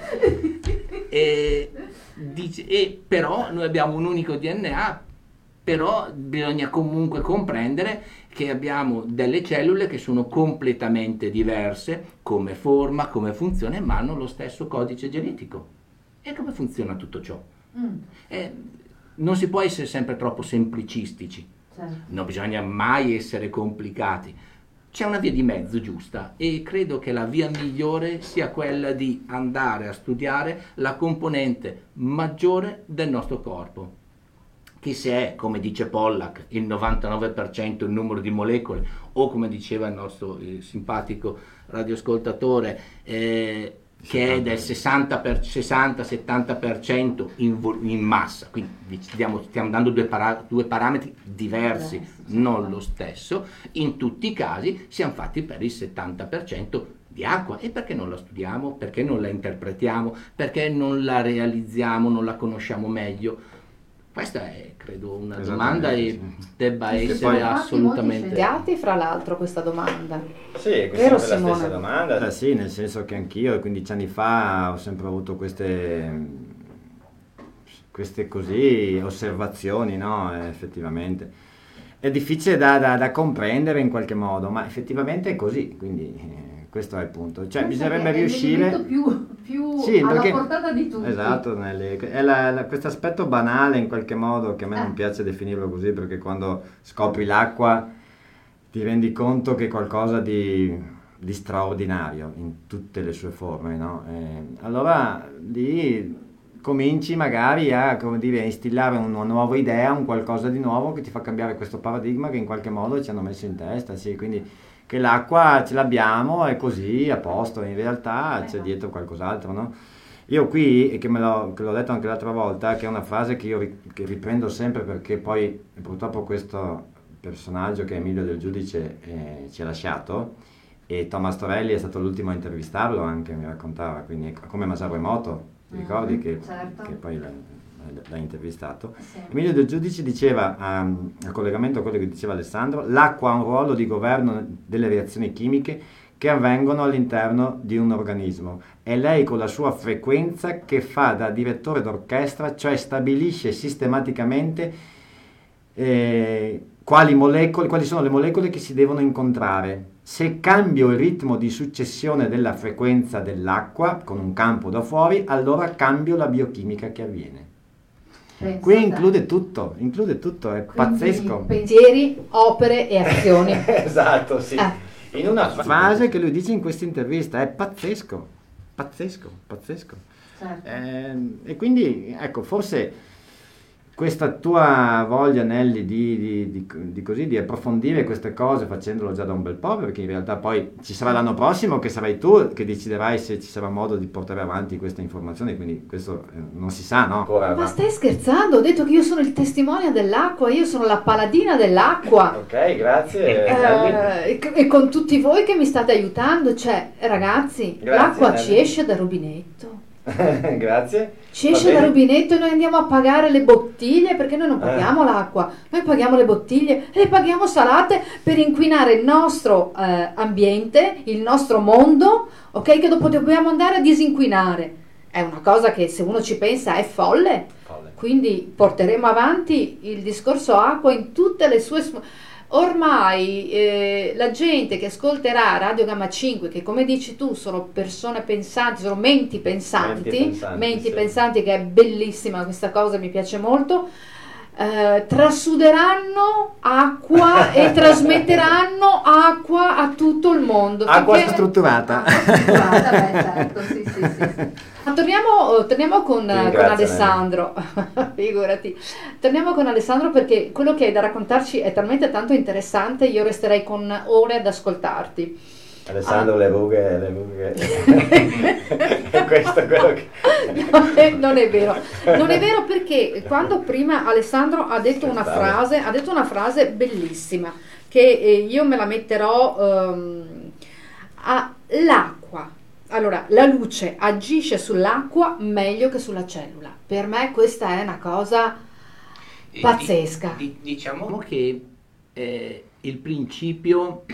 [SPEAKER 2] E, dice, e però noi abbiamo un unico D N A, però bisogna comunque comprendere che abbiamo delle cellule che sono completamente diverse come forma, come funzione, ma hanno lo stesso codice genetico. E come funziona tutto ciò?
[SPEAKER 1] Mm,
[SPEAKER 2] Eh, non si può essere sempre troppo semplicistici,
[SPEAKER 1] certo.
[SPEAKER 2] non bisogna mai essere complicati. C'è una via di mezzo giusta, e credo che la via migliore sia quella di andare a studiare la componente maggiore del nostro corpo, che se è, come dice Pollack, il novantanove per cento il numero di molecole, o come diceva il nostro eh, simpatico radioascoltatore, eh, che è del sessanta settanta per cento in, vo- in massa, quindi stiamo, stiamo dando due, para- due parametri diversi, non lo stesso. In tutti i casi siamo fatti per il settanta per cento di acqua. E perché non la studiamo? Perché non la interpretiamo? Perché non la realizziamo, non la conosciamo meglio? Questa è, credo, una domanda, e
[SPEAKER 3] sì.
[SPEAKER 2] debba
[SPEAKER 3] Sì,
[SPEAKER 2] essere
[SPEAKER 3] poi-
[SPEAKER 2] assolutamente...
[SPEAKER 1] Scienziati, fra l'altro, questa domanda.
[SPEAKER 3] Sì, è
[SPEAKER 1] Vero,
[SPEAKER 3] sempre la
[SPEAKER 1] Simone?
[SPEAKER 3] stessa domanda. Eh, sì, nel senso che anch'io quindici anni fa ho sempre avuto queste, queste così osservazioni, no? Eh, effettivamente. È difficile da, da- da comprendere in qualche modo, ma effettivamente è così, quindi eh, questo è il punto. Cioè, bisognerebbe riuscire...
[SPEAKER 1] È più, più
[SPEAKER 3] Sì,
[SPEAKER 1] alla
[SPEAKER 3] perché-
[SPEAKER 1] portata di tutti.
[SPEAKER 3] Esatto, nelle- è la- la- questo aspetto banale in qualche modo, che a me
[SPEAKER 1] Eh.
[SPEAKER 3] non piace definirlo così, perché quando scopri l'acqua ti rendi conto che è qualcosa di, di straordinario in tutte le sue forme, no? Eh, allora lì cominci magari a, come dire, a instillare una nuova idea, un qualcosa di nuovo che ti fa cambiare questo paradigma che in qualche modo ci hanno messo in testa, sì, quindi che l'acqua ce l'abbiamo, è così, a posto, in realtà c'è dietro qualcos'altro, no? Io qui, e che me l'ho, che l'ho detto anche l'altra volta, che è una frase che io ri- che riprendo sempre, perché poi purtroppo questo personaggio che è Emilio Del Giudice eh, ci ha lasciato, e Thomas Torelli è stato l'ultimo a intervistarlo, anche mi raccontava, quindi è come Masaru Emoto, ti ricordi
[SPEAKER 1] Mhm,
[SPEAKER 3] che,
[SPEAKER 1] certo.
[SPEAKER 3] che poi l'ha, l'ha intervistato?
[SPEAKER 1] Sì.
[SPEAKER 3] Emilio Del Giudice diceva, um, a collegamento a quello che diceva Alessandro, l'acqua ha un ruolo di governo delle reazioni chimiche che avvengono all'interno di un organismo. È lei con la sua frequenza che fa da direttore d'orchestra, cioè stabilisce sistematicamente eh, quali molecole, quali sono le molecole che si devono incontrare. Se cambio il ritmo di successione della frequenza dell'acqua con un campo da fuori, allora cambio la biochimica che avviene.
[SPEAKER 1] Pensa
[SPEAKER 3] Qui
[SPEAKER 1] te.
[SPEAKER 3] include tutto, include tutto, è
[SPEAKER 1] Quindi
[SPEAKER 3] pazzesco.
[SPEAKER 1] pensieri, opere e azioni.
[SPEAKER 3] Esatto, sì.
[SPEAKER 1] Eh.
[SPEAKER 3] In una frase che lui dice in questa intervista è pazzesco, pazzesco, pazzesco.
[SPEAKER 1] Certo.
[SPEAKER 3] Ehm, e quindi, ecco, forse questa tua voglia, Nelly, di, di, di, di così, di approfondire queste cose facendolo già da un bel po', perché in realtà poi ci sarà l'anno prossimo che sarai tu che deciderai se ci sarà modo di portare avanti queste informazioni, quindi questo eh, non si sa, no?
[SPEAKER 9] Ancora,
[SPEAKER 1] Ma stai scherzando? Ho detto che io sono il testimone dell'acqua, io sono la paladina dell'acqua.
[SPEAKER 9] Ok, grazie. Nelly.
[SPEAKER 1] Eh, e, e con tutti voi che mi state aiutando, cioè ragazzi,
[SPEAKER 9] Grazie,
[SPEAKER 1] l'acqua
[SPEAKER 9] Nelly.
[SPEAKER 1] ci esce dal rubinetto.
[SPEAKER 9] Grazie.
[SPEAKER 1] Ci
[SPEAKER 9] Va
[SPEAKER 1] esce dal
[SPEAKER 9] bene.
[SPEAKER 1] rubinetto e noi andiamo a pagare le bottiglie perché noi non
[SPEAKER 9] Eh.
[SPEAKER 1] paghiamo l'acqua, noi paghiamo le bottiglie e le paghiamo salate per inquinare il nostro eh, ambiente, il nostro mondo, ok? Che dopo dobbiamo andare a disinquinare. È una cosa che se uno ci pensa è folle.
[SPEAKER 9] Folle.
[SPEAKER 1] Quindi porteremo avanti il discorso acqua in tutte le sue sf- ormai eh, la gente che ascolterà Radio Gamma cinque, che come dici tu sono persone pensanti, sono menti pensanti,
[SPEAKER 9] Menti pensanti,
[SPEAKER 1] menti
[SPEAKER 9] sì.
[SPEAKER 1] pensanti, che è bellissima questa cosa, mi piace molto, eh, trasuderanno acqua e trasmetteranno acqua a tutto il mondo.
[SPEAKER 3] Acqua
[SPEAKER 1] finché-
[SPEAKER 3] strutturata.
[SPEAKER 1] Acqua strutturata, beh, certo, sì, sì, sì. Ma torniamo, torniamo con, con
[SPEAKER 9] ringrazio,
[SPEAKER 1] Alessandro, figurati. Torniamo con Alessandro perché quello che hai da raccontarci è talmente tanto interessante, io resterei con ore ad ascoltarti.
[SPEAKER 9] Alessandro, le rughe, le rughe. Questo è quello che...
[SPEAKER 1] Non è, non è vero, non è vero perché quando prima Alessandro ha detto una frase, ha detto una frase bellissima che eh, io me la metterò ehm, a l'acqua. Allora, la luce agisce sull'acqua meglio che sulla cellula. Per me questa è una cosa
[SPEAKER 2] E
[SPEAKER 1] pazzesca.
[SPEAKER 2] di- di- diciamo che eh, il principio,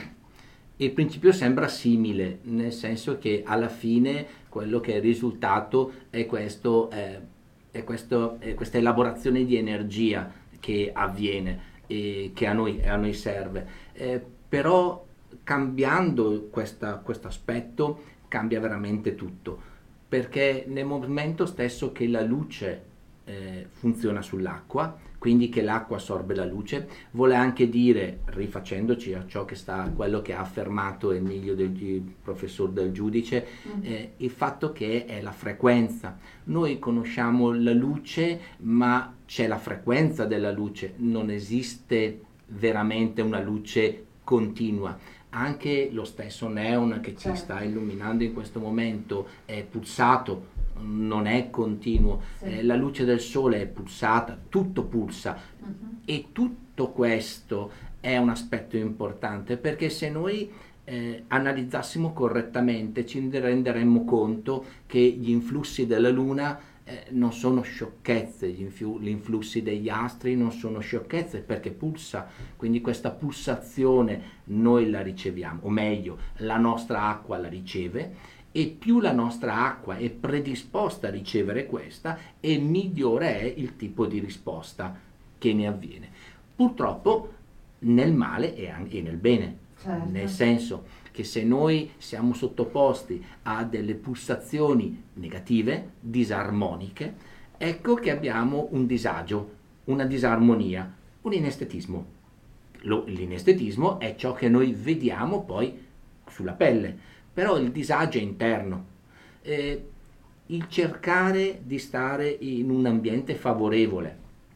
[SPEAKER 2] il principio sembra simile, nel senso che alla fine quello che è il risultato è, questo, eh, è, questo, è questa elaborazione di energia che avviene e che a noi, a noi serve. Eh, però cambiando questo aspetto cambia veramente tutto, perché nel momento stesso che la luce eh, funziona sull'acqua, quindi che l'acqua assorbe la luce, vuole anche dire, rifacendoci a ciò che sta, quello che ha affermato Emilio, del, il professor Del Giudice, eh, il fatto che è la frequenza. Noi conosciamo la luce, ma c'è la frequenza della luce, non esiste veramente una luce continua. Anche lo stesso neon che ci
[SPEAKER 1] Certo.
[SPEAKER 2] sta illuminando in questo momento è pulsato, non è continuo.
[SPEAKER 1] Sì.
[SPEAKER 2] Eh, la luce del sole è pulsata, tutto pulsa.
[SPEAKER 1] Mhm.
[SPEAKER 2] E tutto questo è un aspetto importante, perché se noi eh, analizzassimo correttamente ci renderemmo conto che gli influssi della Luna eh, non sono sciocchezze, gli, infiu- gli influssi degli astri non sono sciocchezze, perché pulsa, quindi questa pulsazione noi la riceviamo, o meglio la nostra acqua la riceve, e più la nostra acqua è predisposta a ricevere questa, e migliore è il tipo di risposta che ne avviene. Purtroppo nel male e anche nel bene,
[SPEAKER 1] Certo.
[SPEAKER 2] nel senso che se noi siamo sottoposti a delle pulsazioni negative, disarmoniche, ecco che abbiamo un disagio, una disarmonia, un inestetismo. Lo- l'inestetismo è ciò che noi vediamo poi sulla pelle, però il disagio è interno. Eh, il cercare di stare in un ambiente favorevole,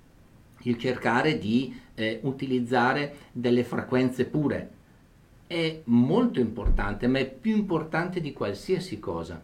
[SPEAKER 2] il cercare di eh, utilizzare delle frequenze pure, è molto importante, ma è più importante di qualsiasi cosa.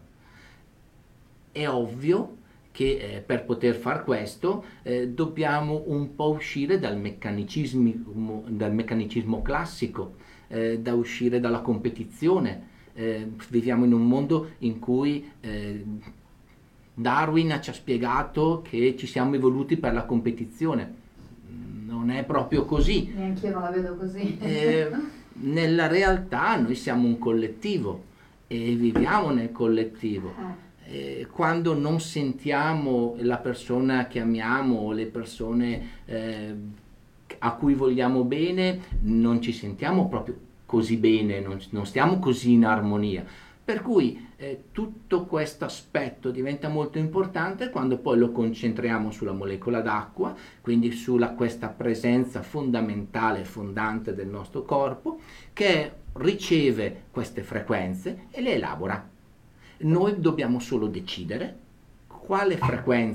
[SPEAKER 2] È ovvio che eh, per poter far questo eh, dobbiamo un po' uscire dal meccanicismo, dal meccanicismo classico, eh, da uscire dalla competizione. Eh, viviamo in un mondo in cui eh, Darwin ci ha spiegato che ci siamo evoluti per la competizione. Non è proprio così.
[SPEAKER 1] Neanch'io non la vedo così.
[SPEAKER 2] Eh, nella realtà noi siamo un collettivo e viviamo nel collettivo. Eh, quando non sentiamo la persona che amiamo o le persone eh, a cui vogliamo bene, non ci sentiamo proprio così bene, non, non stiamo così in armonia. Per cui eh, tutto questo aspetto diventa molto importante quando poi lo concentriamo sulla molecola d'acqua, quindi sulla questa presenza fondamentale, fondante del nostro corpo, che riceve queste frequenze e le elabora. Noi dobbiamo solo decidere quale frequenza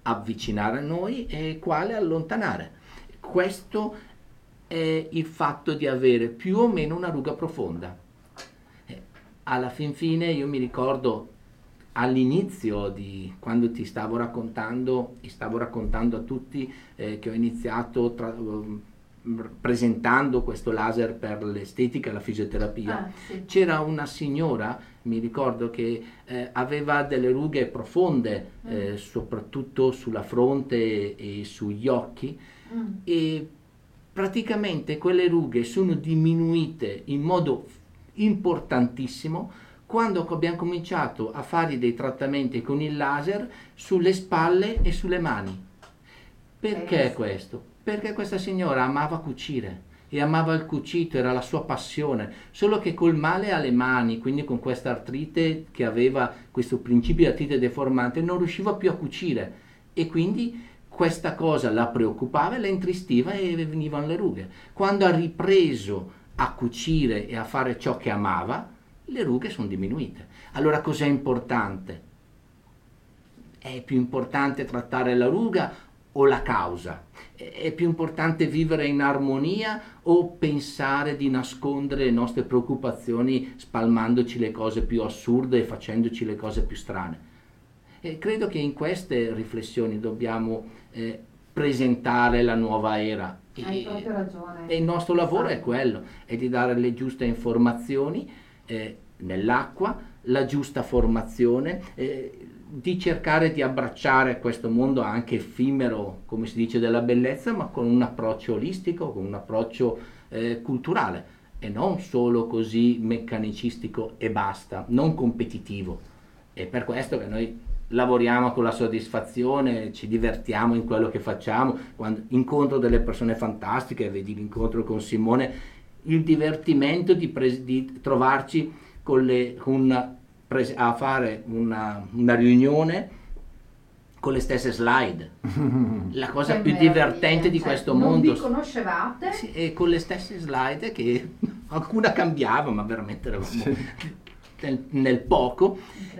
[SPEAKER 2] avvicinare a noi e quale allontanare. Questo è il fatto di avere più o meno una ruga profonda. Eh, alla fin fine io mi ricordo all'inizio di quando ti stavo raccontando e stavo raccontando a tutti eh, che ho iniziato tra, presentando questo laser per l'estetica e la fisioterapia.
[SPEAKER 1] Ah, sì.
[SPEAKER 2] C'era una signora, mi ricordo, che eh, aveva delle rughe profonde,
[SPEAKER 1] Mm.
[SPEAKER 2] eh, soprattutto sulla fronte e, e sugli occhi,
[SPEAKER 1] Mm.
[SPEAKER 2] e praticamente quelle rughe sono diminuite in modo importantissimo quando abbiamo cominciato a fare dei trattamenti con il laser sulle spalle e sulle mani. Perché
[SPEAKER 1] Eh,
[SPEAKER 2] questo? Perché questa signora amava cucire e amava il cucito, era la sua passione, solo che col male alle mani, quindi con questa artrite che aveva, questo principio di artrite deformante, non riusciva più a cucire e quindi questa cosa la preoccupava e la intristiva e venivano le rughe. Quando ha ripreso a cucire e a fare ciò che amava, le rughe sono diminuite. Allora cos'è importante? È più importante trattare la ruga o la causa? È più importante vivere in armonia o pensare di nascondere le nostre preoccupazioni spalmandoci le cose più assurde e facendoci le cose più strane? E credo che in queste riflessioni dobbiamo eh, presentare la nuova era.
[SPEAKER 1] Hai
[SPEAKER 2] E-
[SPEAKER 1] proprio ragione.
[SPEAKER 2] E il nostro lavoro è quello, è di dare le giuste informazioni eh, nell'acqua, la giusta formazione, eh, di cercare di abbracciare questo mondo anche effimero, come si dice, della bellezza, ma con un approccio olistico, con un approccio eh, culturale e non solo così meccanicistico e basta, non competitivo. È per questo che noi lavoriamo con la soddisfazione, ci divertiamo in quello che facciamo. Quando incontro delle persone fantastiche, vedi l'incontro con Simone, il divertimento di, pres- di trovarci con le, con una, pres- a fare una, una riunione con le stesse slide. La cosa
[SPEAKER 1] Che
[SPEAKER 2] più
[SPEAKER 1] meraviglia,
[SPEAKER 2] divertente di
[SPEAKER 1] cioè,
[SPEAKER 2] questo
[SPEAKER 1] non
[SPEAKER 2] mondo.
[SPEAKER 1] vi conoscevate?
[SPEAKER 2] Sì, e con le stesse slide che alcuna cambiava, ma veramente eravamo nel, nel poco.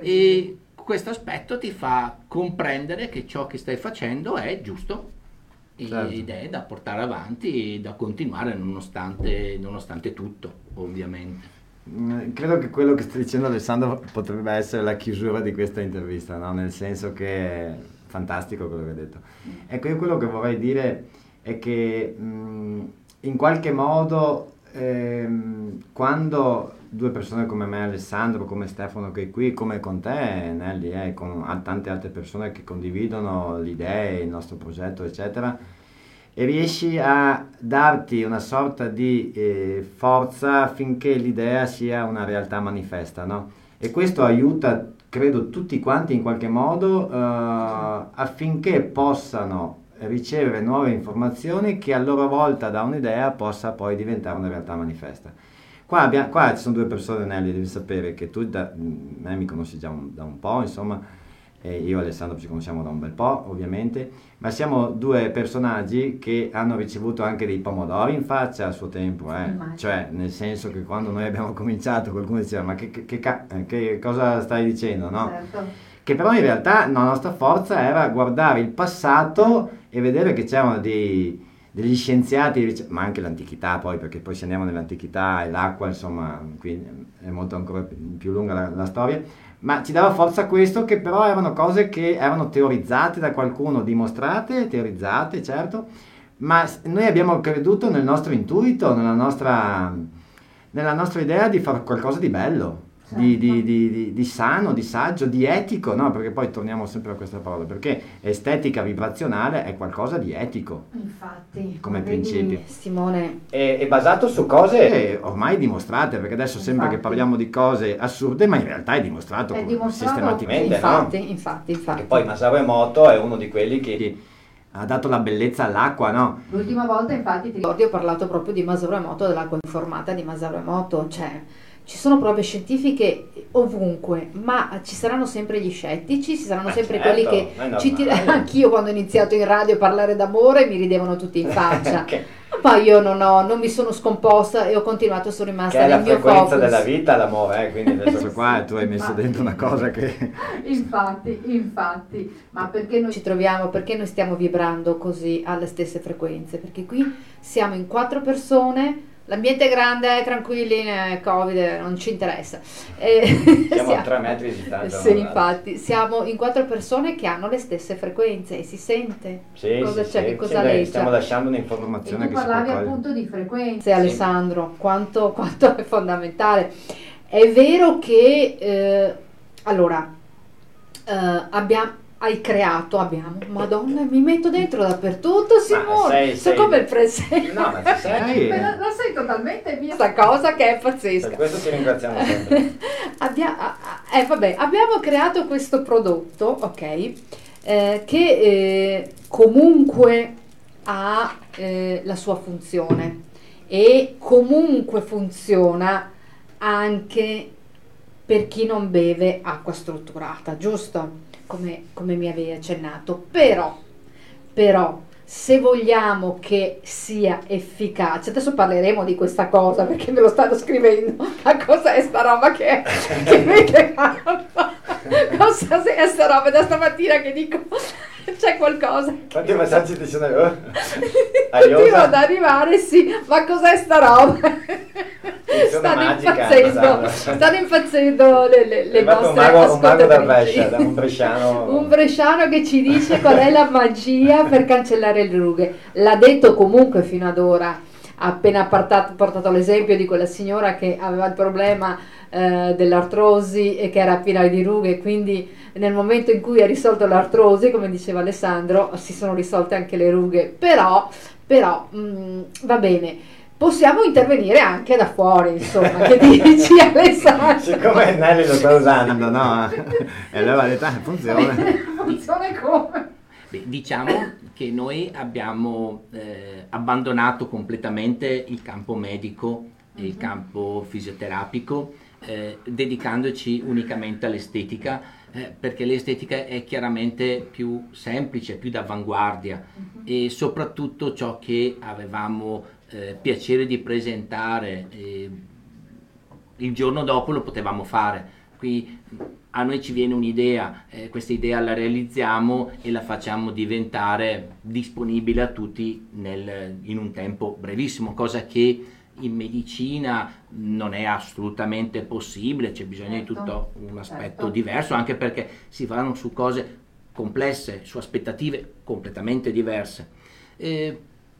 [SPEAKER 2] E questo aspetto ti fa comprendere che ciò che stai facendo è giusto e-
[SPEAKER 3] Certo.
[SPEAKER 2] ed è da portare avanti e da continuare nonostante, nonostante tutto, ovviamente.
[SPEAKER 3] Mm, Credo che quello che sta dicendo Alessandro potrebbe essere la chiusura di questa intervista, no? Nel senso che è fantastico quello che ha detto. Ecco, io quello che vorrei dire è che mm, in qualche modo ehm, quando due persone come me, Alessandro, come Stefano che è qui, come con te, Nelly, e con a- tante altre persone che condividono le idee, il nostro progetto, eccetera, e riesci a darti una sorta di eh, forza affinché l'idea sia una realtà manifesta, no? E questo aiuta, credo, tutti quanti in qualche modo eh, affinché possano ricevere nuove informazioni che a loro volta da un'idea possa poi diventare una realtà manifesta. Qua, abbia- qua ci sono due persone, Nelly, devi sapere che tu da, me mi conosci già un- da un po', insomma, e io e Alessandro ci conosciamo da un bel po', ovviamente, ma siamo due personaggi che hanno ricevuto anche dei pomodori in faccia a suo tempo, eh.
[SPEAKER 1] Immagino.
[SPEAKER 3] Cioè, nel senso che quando noi abbiamo cominciato qualcuno diceva ma che, che- che ca- eh, che cosa stai dicendo, no?
[SPEAKER 1] Certo.
[SPEAKER 3] Che però in realtà la nostra forza era guardare il passato e vedere che c'erano dei, degli scienziati, ma anche l'antichità poi, perché poi se andiamo nell'antichità e l'acqua, insomma, qui è molto ancora più più lunga la, la storia, ma ci dava forza questo, che però erano cose che erano teorizzate da qualcuno, dimostrate, teorizzate, certo, ma s- noi abbiamo creduto nel nostro intuito, nella nostra, nella nostra idea di fare qualcosa di bello, di, di- di- di- di sano, di saggio, di etico, no? Perché poi torniamo sempre a questa parola, perché estetica vibrazionale è qualcosa di etico.
[SPEAKER 1] Infatti,
[SPEAKER 3] Come
[SPEAKER 1] vedi,
[SPEAKER 3] principio.
[SPEAKER 1] Simone,
[SPEAKER 3] È, è basato su cose ormai dimostrate, perché adesso sembra
[SPEAKER 1] Infatti.
[SPEAKER 3] che parliamo di cose assurde, ma in realtà è dimostrato,
[SPEAKER 1] è dimostrato
[SPEAKER 3] sistematicamente,
[SPEAKER 1] infatti,
[SPEAKER 3] no?
[SPEAKER 1] infatti, infatti.
[SPEAKER 3] E poi Masaru Emoto è uno di quelli che ha dato la bellezza all'acqua, no?
[SPEAKER 1] L'ultima volta, infatti, ti ricordi, ho parlato proprio di Masaru Emoto, dell'acqua informata di Masaru Emoto, cioè ci sono prove scientifiche ovunque, ma ci saranno sempre gli scettici, ci saranno sempre
[SPEAKER 3] certo,
[SPEAKER 1] quelli che
[SPEAKER 3] ma è
[SPEAKER 1] ci
[SPEAKER 3] normale.
[SPEAKER 1] tir- anch'io quando ho iniziato in radio a parlare d'amore mi ridevano tutti in faccia.
[SPEAKER 3] Che-
[SPEAKER 1] poi io non, ho, non mi sono scomposta e ho continuato, sono rimasta
[SPEAKER 9] che è
[SPEAKER 1] nel
[SPEAKER 9] la
[SPEAKER 1] mio
[SPEAKER 9] frequenza
[SPEAKER 1] focus.
[SPEAKER 9] della vita, l'amore, eh, quindi adesso
[SPEAKER 3] Qua tu hai messo dentro una cosa che...
[SPEAKER 1] Infatti, infatti, ma perché noi ci troviamo, perché noi stiamo vibrando così alle stesse frequenze? Perché qui siamo in quattro persone, l'ambiente è grande, tranquilli, eh, Covid non ci interessa. Eh,
[SPEAKER 9] siamo a tre metri di distanza.
[SPEAKER 1] Sì, infatti, siamo in quattro persone che hanno le stesse frequenze e si sente
[SPEAKER 9] sì,
[SPEAKER 1] cosa
[SPEAKER 9] sì,
[SPEAKER 1] c'è,
[SPEAKER 9] sì.
[SPEAKER 1] che cosa
[SPEAKER 9] Sì,
[SPEAKER 1] legge.
[SPEAKER 9] stiamo lasciando
[SPEAKER 1] E
[SPEAKER 9] un'informazione
[SPEAKER 1] tu
[SPEAKER 9] che si
[SPEAKER 1] parlavi
[SPEAKER 9] può cogliere.
[SPEAKER 1] appunto di frequenze, sì. Alessandro, quanto, quanto è fondamentale. È vero che, eh, allora, eh, abbiamo... Hai creato, abbiamo, madonna, mi metto dentro dappertutto, Simone,
[SPEAKER 9] sei-
[SPEAKER 1] sono
[SPEAKER 9] sei-
[SPEAKER 1] come il presepe.
[SPEAKER 9] No, ma ci sei.
[SPEAKER 1] Me la, la sei totalmente mia, questa cosa che è pazzesca.
[SPEAKER 9] Per questo ci ringraziamo sempre.
[SPEAKER 1] Abbia- ah, ah, eh, vabbè, abbiamo creato questo prodotto, ok, eh, che eh, comunque ha eh, la sua funzione e comunque funziona anche per chi non beve acqua strutturata, giusto? Come, come mi avevi accennato, però, però se vogliamo che sia efficace, adesso parleremo di questa cosa perché me lo stanno scrivendo, ma cosa è sta roba che, che avete fatto? Cosa è sta roba da stamattina che dico c'è qualcosa
[SPEAKER 9] Quanti massaggi ti sono oh.
[SPEAKER 1] continuo ad arrivare, sì, ma cos'è sta roba? Stanno impazzendo, stanno impazzendo le, le, le nostre
[SPEAKER 9] un mago, un mago da
[SPEAKER 1] ascoltatrici.
[SPEAKER 9] Brescia, da un bresciano.
[SPEAKER 1] Un bresciano che ci dice qual è la magia per cancellare le rughe. L'ha detto comunque fino ad ora, ha appena portato, portato l'esempio di quella signora che aveva il problema eh, dell'artrosi e che era piena di rughe, quindi nel momento in cui ha risolto l'artrosi, come diceva Alessandro, si sono risolte anche le rughe, però, però mh, va bene. Possiamo intervenire anche da fuori, insomma, che dici Alessandro?
[SPEAKER 9] Siccome Nelly lo sta usando,
[SPEAKER 3] no? E allora l'età funziona.
[SPEAKER 1] Funziona come?
[SPEAKER 2] Beh, diciamo che noi abbiamo eh, abbandonato completamente il campo medico e il campo fisioterapico, eh, dedicandoci unicamente all'estetica, eh, perché l'estetica è chiaramente più semplice, più d'avanguardia e soprattutto ciò che avevamo eh, piacere di presentare eh, il giorno dopo lo potevamo fare. Qui a noi ci viene un'idea, eh, questa idea la realizziamo e la facciamo diventare disponibile a tutti nel, in un tempo brevissimo, cosa che in medicina non è assolutamente possibile, c'è bisogno di tutto un aspetto certo. diverso, anche perché si fanno su cose complesse, su aspettative completamente diverse. Eh,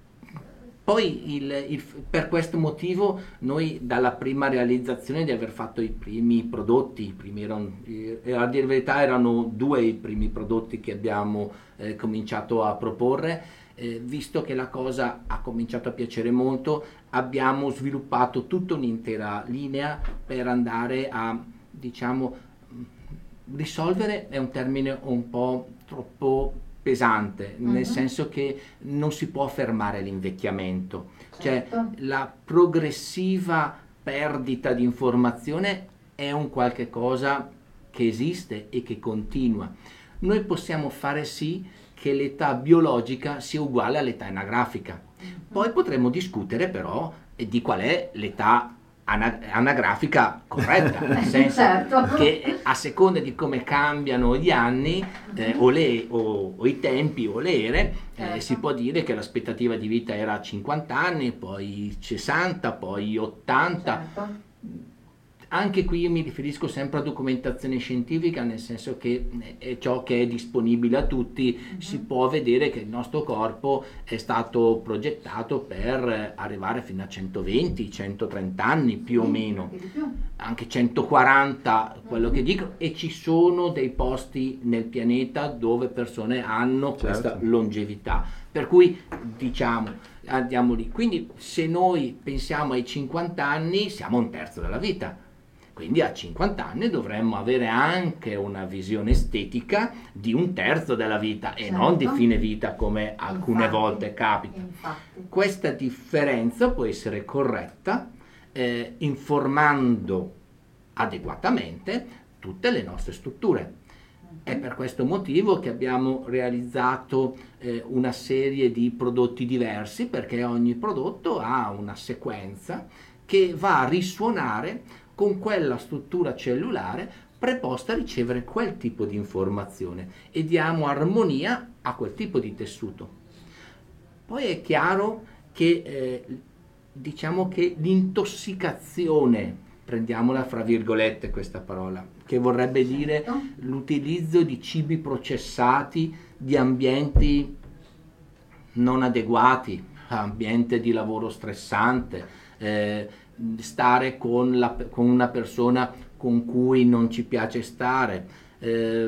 [SPEAKER 2] Poi il, il, per questo motivo noi dalla prima realizzazione di aver fatto i primi prodotti, i primi erano, eh, a dire la verità erano due i primi prodotti che abbiamo eh, cominciato a proporre, eh, visto che la cosa ha cominciato a piacere molto, abbiamo sviluppato tutta un'intera linea per andare a, diciamo, risolvere, è un termine un po' troppo pesante, uh-huh. nel senso che non si può fermare l'invecchiamento, certo. cioè la progressiva perdita di informazione è un qualche cosa che esiste e che continua. Noi possiamo fare sì che l'età biologica sia uguale all'età anagrafica, uh-huh. poi potremo discutere però di qual è l'età anagrafica corretta, nel senso certo. che a seconda di come cambiano gli anni eh, o, le, o, o i tempi o le ere certo. eh, si può dire che l'aspettativa di vita era cinquanta anni, poi sessanta, poi ottanta. Certo. Anche qui io mi riferisco sempre a documentazione scientifica, nel senso che è ciò che è disponibile a tutti, mm-hmm. si può vedere che il nostro corpo è stato progettato per arrivare fino a centoventi centotrenta anni più o meno, anche centoquaranta quello che dico, e ci sono dei posti nel pianeta dove persone hanno certo. questa longevità, per cui diciamo andiamo lì. Quindi se noi pensiamo ai cinquanta anni siamo un terzo della vita. Quindi a cinquanta anni dovremmo avere anche una visione estetica di un terzo della vita e certo. non di fine vita come alcune infatti, volte capita. Infatti. Questa differenza può essere corretta eh, informando adeguatamente tutte le nostre strutture. È per questo motivo che abbiamo realizzato eh, una serie di prodotti diversi, perché ogni prodotto ha una sequenza che va a risuonare con quella struttura cellulare preposta a ricevere quel tipo di informazione e diamo armonia a quel tipo di tessuto. Poi è chiaro che eh, diciamo che l'intossicazione, prendiamola fra virgolette questa parola, che vorrebbe dire l'utilizzo di cibi processati, di ambienti non adeguati, ambiente di lavoro stressante, eh, stare con, la, con una persona con cui non ci piace stare, eh,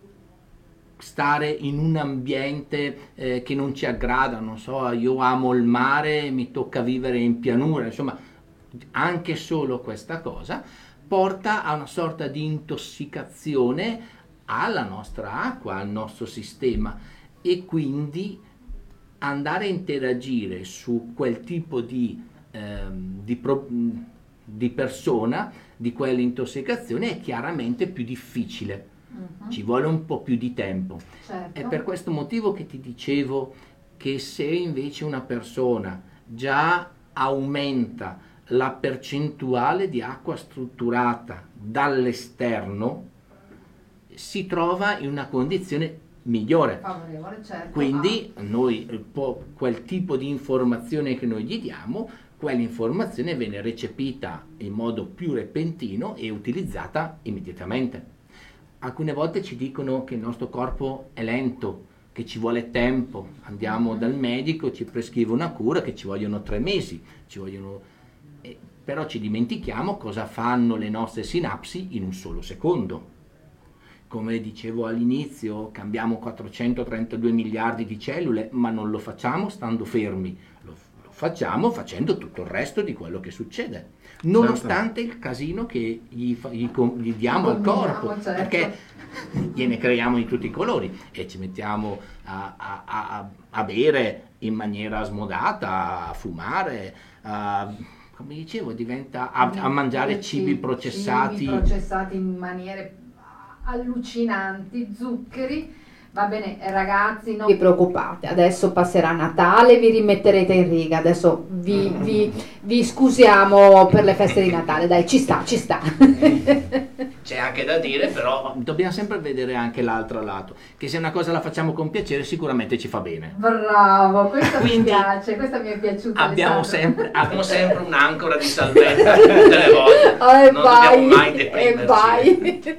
[SPEAKER 2] stare in un ambiente eh, che non ci aggrada, non so, io amo il mare, mi tocca vivere in pianura, insomma, anche solo questa cosa porta a una sorta di intossicazione alla nostra acqua, al nostro sistema, e quindi andare a interagire su quel tipo di, ehm, di, pro, di persona, di quell'intossicazione, è chiaramente più difficile. Uh-huh. Ci vuole un po' più di tempo. Certo. È per questo motivo che ti dicevo che se invece una persona già aumenta la percentuale di acqua strutturata dall'esterno, si trova in una condizione migliore.
[SPEAKER 1] Favorevole, certo.
[SPEAKER 2] Quindi noi, quel tipo di informazione che noi gli diamo, quell'informazione viene recepita in modo più repentino e utilizzata immediatamente. Alcune volte ci dicono che il nostro corpo è lento, che ci vuole tempo, andiamo uh-huh. dal medico, ci prescrive una cura che ci vogliono tre mesi, ci vogliono... Eh, però ci dimentichiamo cosa fanno le nostre sinapsi in un solo secondo. Come dicevo all'inizio, cambiamo quattrocentotrentadue miliardi di cellule, ma non lo facciamo stando fermi, lo, lo facciamo facendo tutto il resto di quello che succede, nonostante certo. il casino che gli, fa, gli, gli diamo al corpo, certo. perché gliene creiamo di tutti i colori e ci mettiamo a, a, a, a bere in maniera smodata, a fumare, a, come dicevo, diventa a, a mangiare cibi processati.
[SPEAKER 1] Cibi processati in maniere allucinanti, zuccheri. Va bene ragazzi, non vi preoccupate, adesso passerà Natale, vi rimetterete in riga, adesso vi, vi, vi scusiamo per le feste di Natale, dai, ci sta, ci sta.
[SPEAKER 2] C'è anche da dire, però dobbiamo sempre vedere anche l'altro lato, che se una cosa la facciamo con piacere sicuramente ci fa bene.
[SPEAKER 1] Bravo, questa mi piace, questa mi è piaciuta.
[SPEAKER 2] Abbiamo sempre, abbiamo sempre un'ancora di salvezza tutte le volte, oh, non vai, dobbiamo mai deprimerci.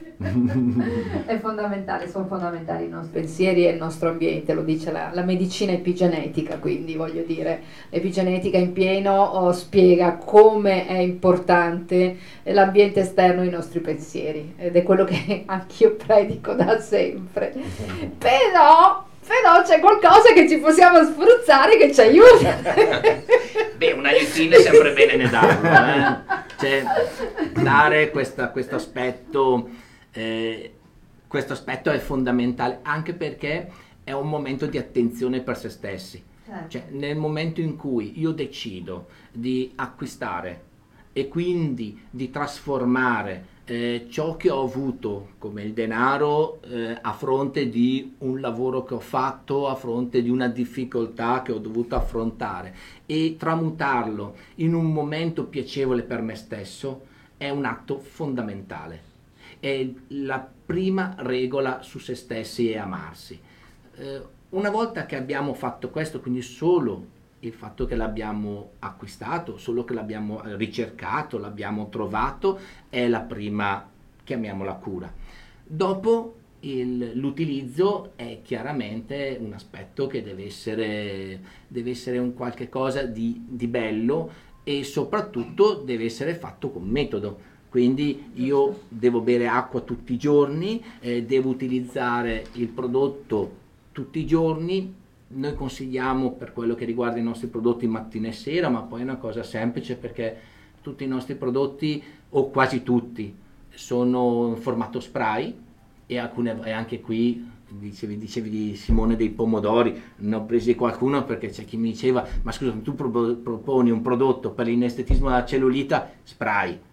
[SPEAKER 1] È fondamentale, sono fondamentali i nostri pensieri e il nostro ambiente, lo dice la, la medicina epigenetica, quindi voglio dire, l'epigenetica in pieno oh, spiega come è importante l'ambiente esterno ai nostri pensieri, ed è quello che anch'io predico da sempre. Però però c'è qualcosa che ci possiamo spruzzare che ci aiuta.
[SPEAKER 2] Beh, un aiutino è sempre bene ne darlo, eh? Cioè, dare questo aspetto, eh, questo aspetto è fondamentale, anche perché è un momento di attenzione per se stessi. Certo. Cioè, nel momento in cui io decido di acquistare e quindi di trasformare eh, ciò che ho avuto come il denaro eh, a fronte di un lavoro che ho fatto, a fronte di una difficoltà che ho dovuto affrontare, e tramutarlo in un momento piacevole per me stesso, è un atto fondamentale. È la prima regola su se stessi è amarsi. Eh, una volta che abbiamo fatto questo, quindi solo il fatto che l'abbiamo acquistato, solo che l'abbiamo ricercato, l'abbiamo trovato, è la prima, chiamiamola, cura. Dopo l'utilizzo è chiaramente un aspetto che deve essere, deve essere un qualche cosa di, di bello, e soprattutto deve essere fatto con metodo. Quindi io devo bere acqua tutti i giorni, eh, devo utilizzare il prodotto tutti i giorni. Noi consigliamo, per quello che riguarda i nostri prodotti, mattina e sera, ma poi è una cosa semplice, perché tutti i nostri prodotti, o quasi tutti, sono in formato spray, e, alcune, e anche qui dicevi, dicevi di Simone dei pomodori, ne ho presi qualcuno perché c'è chi mi diceva: ma scusa, tu pro, proponi un prodotto per l'inestetismo della cellulita, spray.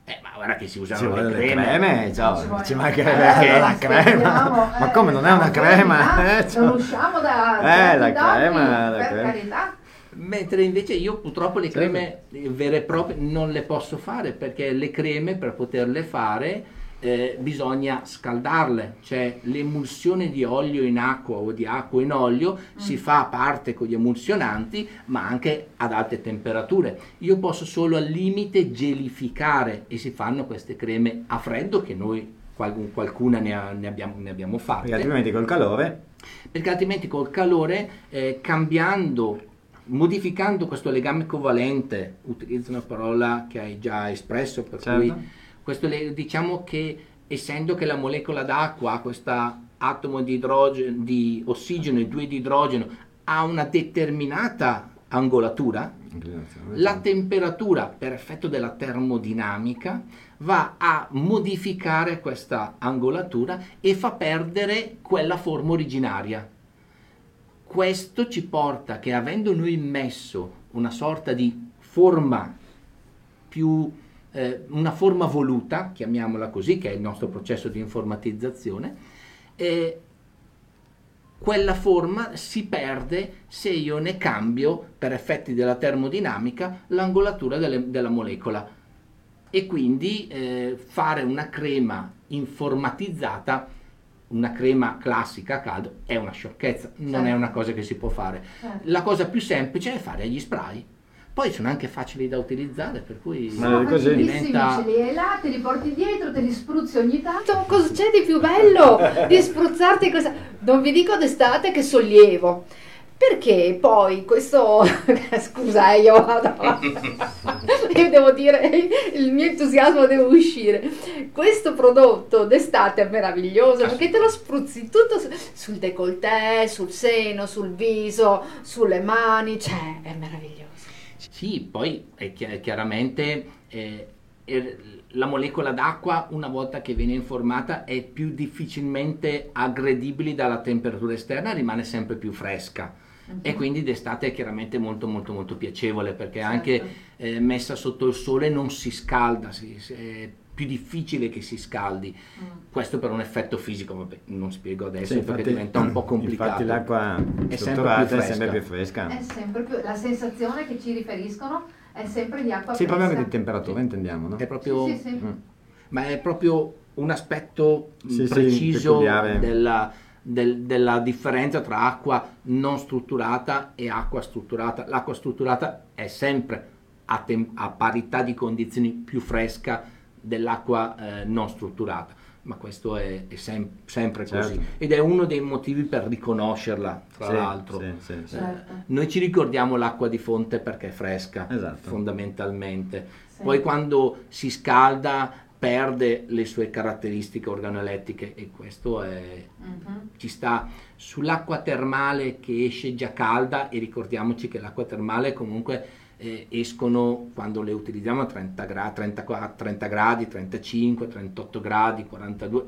[SPEAKER 2] Eh, ma guarda che si
[SPEAKER 3] Ci
[SPEAKER 2] usano
[SPEAKER 3] vuole
[SPEAKER 2] le
[SPEAKER 3] le
[SPEAKER 2] creme.
[SPEAKER 3] creme, ciao,
[SPEAKER 1] Ci vuole-
[SPEAKER 3] ci mancherebbe
[SPEAKER 1] Eh,
[SPEAKER 3] la
[SPEAKER 1] aspettiamo,
[SPEAKER 3] crema.
[SPEAKER 1] eh,
[SPEAKER 3] Ma come non è una
[SPEAKER 1] per
[SPEAKER 3] crema?
[SPEAKER 1] carità,
[SPEAKER 3] Eh, ciao.
[SPEAKER 1] non usciamo da
[SPEAKER 3] Eh,
[SPEAKER 1] certi
[SPEAKER 3] la
[SPEAKER 1] dogmi,
[SPEAKER 3] crema, la
[SPEAKER 1] per
[SPEAKER 3] crema.
[SPEAKER 1] carità.
[SPEAKER 2] Mentre invece io purtroppo le
[SPEAKER 3] Certo.
[SPEAKER 2] creme vere e proprie non le posso fare, perché le creme per poterle fare eh, bisogna scaldarle, cioè l'emulsione di olio in acqua o di acqua in olio
[SPEAKER 1] Mm.
[SPEAKER 2] si fa a parte con gli emulsionanti ma anche ad alte temperature. Io posso solo al limite gelificare e si fanno queste creme a freddo, che noi qual- qualcuna ne, ha- ne abbiamo, ne abbiamo fatte.
[SPEAKER 3] Perché altrimenti col calore...
[SPEAKER 2] Perché altrimenti col calore, eh, cambiando, modificando questo legame covalente, utilizzo una parola che hai già espresso, per
[SPEAKER 3] Certo.
[SPEAKER 2] cui questo le- diciamo che essendo che la molecola d'acqua ha questo atomo di, idrogeno, di ossigeno e due di idrogeno, ha una determinata angolatura, la temperatura per effetto della termodinamica va a modificare questa angolatura e fa perdere quella forma originaria. Questo ci porta che, avendo noi messo una sorta di forma più, eh, una forma voluta, chiamiamola così, che è il nostro processo di informatizzazione, eh, quella forma si perde se io ne cambio, per effetti della termodinamica, l'angolatura delle- della molecola. E quindi eh, fare una crema informatizzata, una crema classica a caldo, è una sciocchezza, non
[SPEAKER 1] Certo.
[SPEAKER 2] è una cosa che si può fare.
[SPEAKER 1] Certo.
[SPEAKER 2] La cosa più semplice è fare gli spray. Poi sono anche facili da utilizzare, per cui
[SPEAKER 3] Ma
[SPEAKER 1] Sono
[SPEAKER 3] così
[SPEAKER 1] facilissimi,
[SPEAKER 2] diventa...
[SPEAKER 1] ce li hai là, te li porti dietro, te li spruzzi ogni tanto. Cosa c'è di più bello di spruzzarti questa? Non vi dico d'estate che sollievo. Perché poi questo, scusa, eh, io vado, io devo dire, il mio entusiasmo deve uscire. Questo prodotto d'estate è meraviglioso perché te lo spruzzi tutto su- sul décolleté, sul seno, sul viso, sulle mani, cioè è meraviglioso.
[SPEAKER 2] Sì, poi è chi- chiaramente eh, er- la molecola d'acqua, una volta che viene informata, è più difficilmente aggredibile dalla temperatura esterna, rimane sempre più fresca. E quindi d'estate è chiaramente molto molto molto piacevole, perché anche eh, messa sotto il sole non si scalda, si- si- è più difficile che si scaldi. Questo per un effetto fisico, vabbè, non spiego adesso
[SPEAKER 3] Sì,
[SPEAKER 2] perché
[SPEAKER 3] infatti-
[SPEAKER 2] diventa un po' complicato.
[SPEAKER 3] Infatti l'acqua
[SPEAKER 2] È sempre
[SPEAKER 3] strutturata
[SPEAKER 2] più
[SPEAKER 3] è sempre più
[SPEAKER 2] fresca.
[SPEAKER 3] fresca.
[SPEAKER 1] È sempre più, la sensazione che ci riferiscono è sempre di acqua
[SPEAKER 3] Sì,
[SPEAKER 1] fresca.
[SPEAKER 3] proprio di temperatura intendiamo, no?
[SPEAKER 2] È proprio,
[SPEAKER 1] Sì, sì, sì.
[SPEAKER 3] Mm.
[SPEAKER 2] ma è proprio un aspetto
[SPEAKER 3] Sì, sì,
[SPEAKER 2] preciso
[SPEAKER 3] peculiare.
[SPEAKER 2] della, del- della differenza tra acqua non strutturata e acqua strutturata. L'acqua strutturata è sempre a, tem- a parità di condizioni più fresca dell'acqua eh, non strutturata, ma questo è, è sem- sempre
[SPEAKER 3] Certo.
[SPEAKER 2] così, ed è uno dei motivi per riconoscerla, tra
[SPEAKER 3] Sì,
[SPEAKER 2] l'altro.
[SPEAKER 3] sì, sì, sì.
[SPEAKER 2] Eh,
[SPEAKER 1] Certo.
[SPEAKER 2] noi ci ricordiamo l'acqua di fonte perché è fresca,
[SPEAKER 3] Esatto.
[SPEAKER 2] fondamentalmente.
[SPEAKER 1] Sì.
[SPEAKER 2] Poi quando si scalda perde le sue caratteristiche organolettiche, e questo è,
[SPEAKER 1] Mhm.
[SPEAKER 2] ci sta. Sull'acqua termale che esce già calda, e ricordiamoci che l'acqua termale comunque eh, escono, quando le utilizziamo, a trenta gradi, trentaquattro, trenta gradi, trentacinque, trentotto gradi, quarantadue.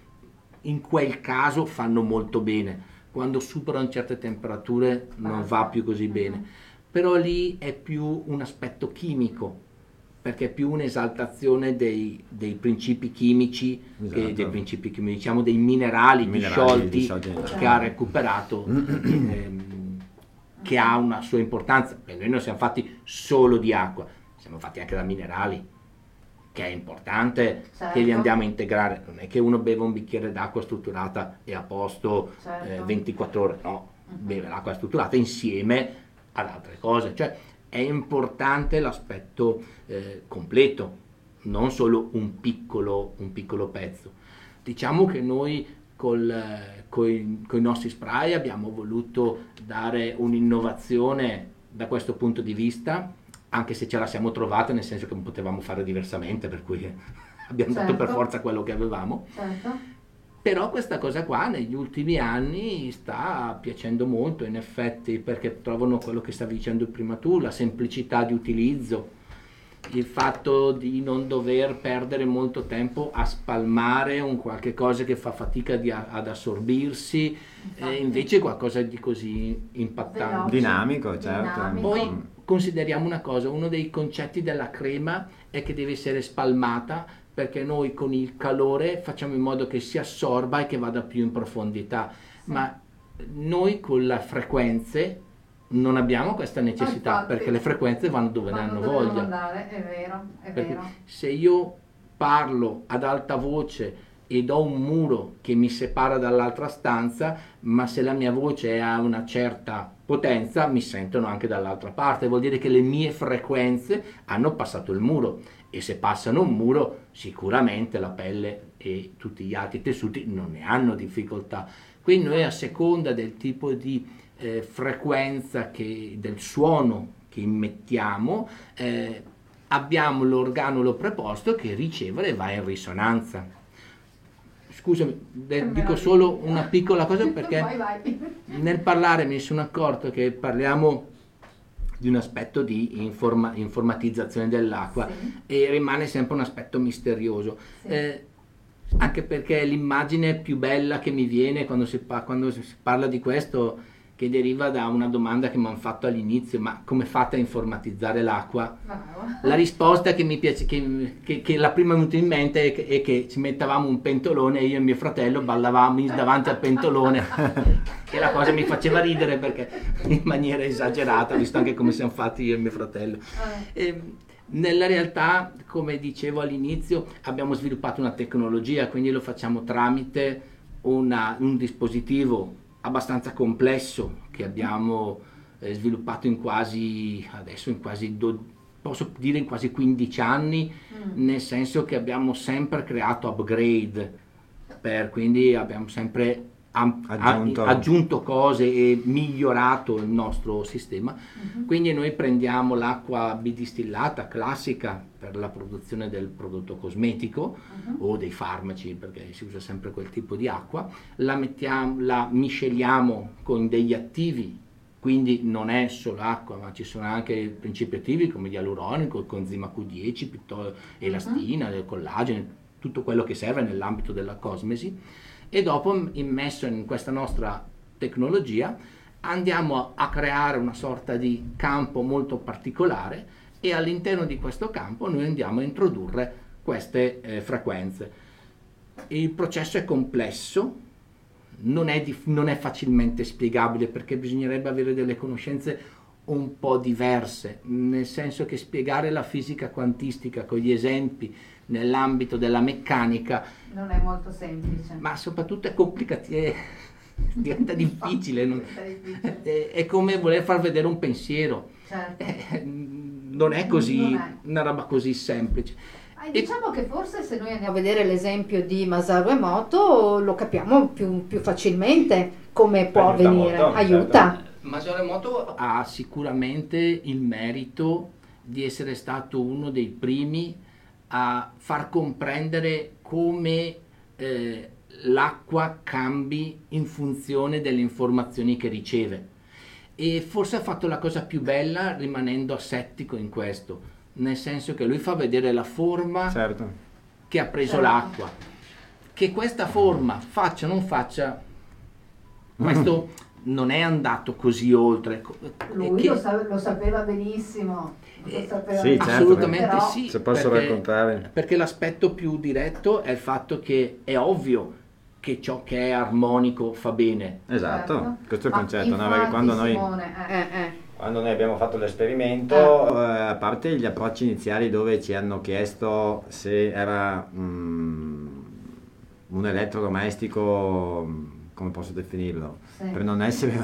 [SPEAKER 2] In quel caso fanno molto bene. Quando superano certe temperature non
[SPEAKER 1] Basta.
[SPEAKER 2] va più così bene.
[SPEAKER 1] Mhm.
[SPEAKER 2] Però lì è più un aspetto chimico, perché è più un'esaltazione dei, dei principi chimici, che
[SPEAKER 3] Esatto.
[SPEAKER 2] dei principi chimici, diciamo dei minerali,
[SPEAKER 3] Minerali
[SPEAKER 2] disciolti,
[SPEAKER 3] disciolti.
[SPEAKER 2] che ha recuperato, ehm, che ha una sua importanza. E noi non siamo fatti solo di acqua, siamo fatti anche da minerali, che è importante
[SPEAKER 1] Certo.
[SPEAKER 2] che li andiamo a integrare. Non è che uno beve un bicchiere d'acqua strutturata e a posto
[SPEAKER 1] Certo.
[SPEAKER 2] eh, ventiquattro ore, no,
[SPEAKER 1] Mhm.
[SPEAKER 2] beve l'acqua strutturata insieme ad altre cose. Cioè è importante l'aspetto eh, completo, non solo un piccolo, un piccolo pezzo. Diciamo che noi con i nostri spray abbiamo voluto dare un'innovazione da questo punto di vista, anche se ce la siamo trovata, nel senso che non potevamo fare diversamente, per cui abbiamo dato per
[SPEAKER 1] Certo.
[SPEAKER 2] forza quello che avevamo.
[SPEAKER 1] Certo.
[SPEAKER 2] Però questa cosa qua negli ultimi anni sta piacendo molto, in effetti, perché trovano quello che stavi dicendo prima tu, la semplicità di utilizzo, il fatto di non dover perdere molto tempo a spalmare un qualche cosa che fa fatica di- ad assorbirsi,
[SPEAKER 1] Infatti.
[SPEAKER 2] e invece qualcosa di così impattante.
[SPEAKER 1] Veloce.
[SPEAKER 3] Dinamico, certo.
[SPEAKER 1] Dinamico.
[SPEAKER 2] Poi,
[SPEAKER 3] Mm.
[SPEAKER 2] consideriamo una cosa, uno dei concetti della crema è che deve essere spalmata, perché noi con il calore facciamo in modo che si assorba e che vada più in profondità, ma noi con le frequenze non abbiamo questa necessità,
[SPEAKER 1] Infatti,
[SPEAKER 2] perché le frequenze vanno dove ne hanno
[SPEAKER 1] Quando devono
[SPEAKER 2] voglia.
[SPEAKER 1] andare, è vero, è
[SPEAKER 2] Perché
[SPEAKER 1] vero.
[SPEAKER 2] se io parlo ad alta voce ed ho un muro che mi separa dall'altra stanza, ma se la mia voce ha una certa potenza mi sentono anche dall'altra parte, vuol dire che le mie frequenze hanno passato il muro, e se passano un muro sicuramente la pelle e tutti gli altri tessuti non ne hanno difficoltà. Quindi noi, a seconda del tipo di eh, frequenza che, del suono che immettiamo, eh, abbiamo l'organulo preposto che riceve e va in risonanza. Scusami, de- dico solo una piccola cosa, perché
[SPEAKER 1] Vai, vai.
[SPEAKER 2] nel parlare mi sono accorto che parliamo di un aspetto di informa- informatizzazione dell'acqua,
[SPEAKER 1] Sì.
[SPEAKER 2] e rimane sempre un aspetto misterioso.
[SPEAKER 1] Sì.
[SPEAKER 2] Eh, anche perché l'immagine più bella che mi viene quando si, pa- quando si parla di questo, che deriva da una domanda che mi hanno fatto all'inizio: ma come fate a informatizzare l'acqua?
[SPEAKER 1] Bravo.
[SPEAKER 2] La risposta che mi piace, che, che, che la prima venuta in mente è che, è che ci mettavamo un pentolone e io e mio fratello ballavamo davanti al pentolone, che la cosa mi faceva ridere perché in maniera esagerata, visto anche come siamo fatti io e mio fratello. E, nella realtà, come dicevo all'inizio, abbiamo sviluppato una tecnologia, quindi lo facciamo tramite una, un dispositivo abbastanza complesso che abbiamo eh, sviluppato in quasi, adesso in quasi, do, posso dire in quasi quindici anni, mm. nel senso che abbiamo sempre creato upgrade, per, quindi abbiamo sempre am,
[SPEAKER 3] aggiunto.
[SPEAKER 2] A, aggiunto cose e migliorato il nostro sistema. Mm-hmm. Quindi noi prendiamo l'acqua bidistillata classica per la produzione del prodotto cosmetico, uh-huh. o dei farmaci, perché si usa sempre quel tipo di acqua, la, mettiamo, la misceliamo con degli attivi, quindi non è solo acqua, ma ci sono anche principi attivi come gli ialuronico, il coenzima Q dieci, piuttosto elastina, uh-huh. il collagene, tutto quello che serve nell'ambito della cosmesi, e dopo, immesso in questa nostra tecnologia, andiamo a creare una sorta di campo molto particolare, e all'interno di questo campo noi andiamo a introdurre queste eh, frequenze. Il processo è complesso, non è, dif- non è facilmente spiegabile, perché bisognerebbe avere delle conoscenze un po' diverse, nel senso che spiegare la fisica quantistica con gli esempi nell'ambito della meccanica
[SPEAKER 1] non è molto semplice,
[SPEAKER 2] ma soprattutto è complicato, è, diventa difficile, non, è, è come voler far vedere un pensiero.
[SPEAKER 1] Certo.
[SPEAKER 2] Eh, non è così,
[SPEAKER 1] non è.
[SPEAKER 2] una roba così semplice.
[SPEAKER 1] Eh, diciamo che forse se noi andiamo a vedere l'esempio di Masaru Emoto lo capiamo più, più facilmente come può
[SPEAKER 3] Aiuta
[SPEAKER 1] avvenire,
[SPEAKER 3] molto,
[SPEAKER 1] aiuta.
[SPEAKER 3] certo.
[SPEAKER 2] Masaru Emoto ha sicuramente il merito di essere stato uno dei primi a far comprendere come eh, l'acqua cambi in funzione delle informazioni che riceve. E forse ha fatto la cosa più bella rimanendo asettico in questo, nel senso che lui fa vedere la forma
[SPEAKER 3] certo.
[SPEAKER 2] che ha preso
[SPEAKER 1] Certo.
[SPEAKER 2] l'acqua. Che questa forma faccia o non faccia, questo non è andato così oltre.
[SPEAKER 1] Lui
[SPEAKER 2] che,
[SPEAKER 1] lo, sa- lo sapeva benissimo, lo sapeva
[SPEAKER 3] sì,
[SPEAKER 1] benissimo,
[SPEAKER 3] certo.
[SPEAKER 2] assolutamente
[SPEAKER 1] però-
[SPEAKER 2] sì.
[SPEAKER 3] Se posso
[SPEAKER 2] perché,
[SPEAKER 3] raccontare.
[SPEAKER 2] perché l'aspetto più diretto è il fatto che è ovvio che ciò che è armonico fa bene.
[SPEAKER 3] Esatto,
[SPEAKER 1] Certo.
[SPEAKER 3] questo è il
[SPEAKER 1] Ma
[SPEAKER 3] concetto, no?
[SPEAKER 1] infatti,
[SPEAKER 3] Perché quando noi,
[SPEAKER 1] Simone, eh, eh,
[SPEAKER 3] quando noi abbiamo fatto l'esperimento, eh, a parte gli approcci iniziali dove ci hanno chiesto se era mm, un elettrodomestico, come posso definirlo,
[SPEAKER 1] sì.
[SPEAKER 3] per non essere,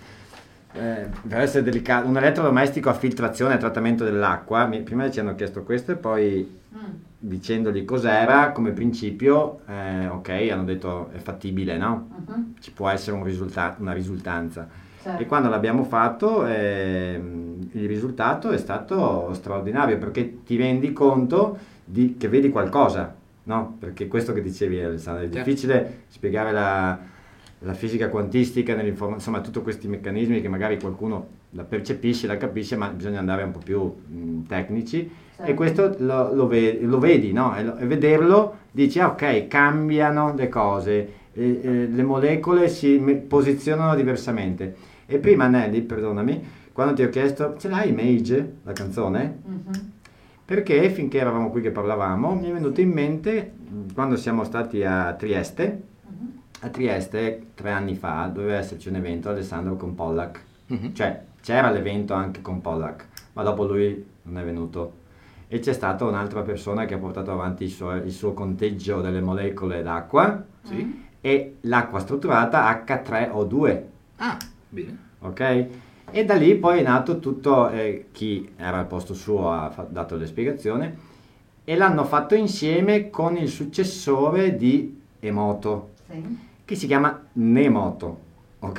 [SPEAKER 3] eh, per essere delicato, un elettrodomestico a filtrazione e trattamento dell'acqua. Mi- prima ci hanno chiesto questo e poi
[SPEAKER 1] Mm.
[SPEAKER 3] dicendogli cos'era come principio, eh, ok, hanno detto è fattibile, no?
[SPEAKER 1] Mhm.
[SPEAKER 3] Ci può essere un risulta- una risultanza.
[SPEAKER 1] Certo.
[SPEAKER 3] E quando l'abbiamo fatto, ehm, il risultato è stato straordinario, perché ti rendi conto di, che vedi qualcosa, no? Perché questo che dicevi, Alessandro, è
[SPEAKER 2] Certo.
[SPEAKER 3] difficile spiegare la, la fisica quantistica, nell'informa- insomma, tutti questi meccanismi che magari qualcuno la percepisce, la capisce, ma bisogna andare un po' più mh, tecnici.
[SPEAKER 1] Certo.
[SPEAKER 3] E questo lo, lo, ve- lo vedi, no? E, lo- e vederlo dici, ah, ok, cambiano le cose, e, e le molecole si me- posizionano diversamente. E prima Nelly, perdonami, quando ti ho chiesto, ce l'hai Image, la canzone?
[SPEAKER 1] Mhm.
[SPEAKER 3] Perché finché eravamo qui che parlavamo, mi è venuto in mente, quando siamo stati a Trieste,
[SPEAKER 1] Mhm.
[SPEAKER 3] a Trieste tre anni fa doveva esserci un evento, Alessandro, con Pollack.
[SPEAKER 2] Mhm.
[SPEAKER 3] Cioè, c'era l'evento anche con Pollack, ma dopo lui non è venuto. E c'è stata un'altra persona che ha portato avanti il suo, il suo conteggio delle molecole d'acqua,
[SPEAKER 2] Sì.
[SPEAKER 3] e l'acqua strutturata acca tre o due,
[SPEAKER 2] Ah, bene.
[SPEAKER 3] ok? E da lì poi è nato tutto, eh, chi era al posto suo ha fa- dato le spiegazioni, e l'hanno fatto insieme con il successore di Emoto,
[SPEAKER 1] Sì.
[SPEAKER 3] che si chiama Nemoto, ok?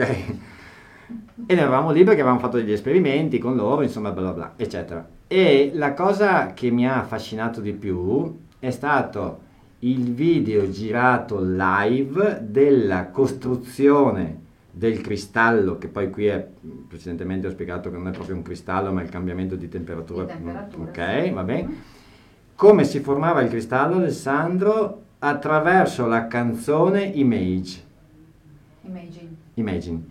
[SPEAKER 3] E ne eravamo lì perché avevamo fatto degli esperimenti con loro, insomma, bla bla bla, eccetera. E la cosa che mi ha affascinato di più è stato il video girato live della costruzione del cristallo, che poi qui è, precedentemente ho spiegato che non è proprio un cristallo, ma il cambiamento di temperatura.
[SPEAKER 1] Di temperatura,
[SPEAKER 3] Ok,
[SPEAKER 1] sì.
[SPEAKER 3] va bene. Come si formava il cristallo, Alessandro? Attraverso la canzone Image.
[SPEAKER 1] Imagine.
[SPEAKER 3] Imagine.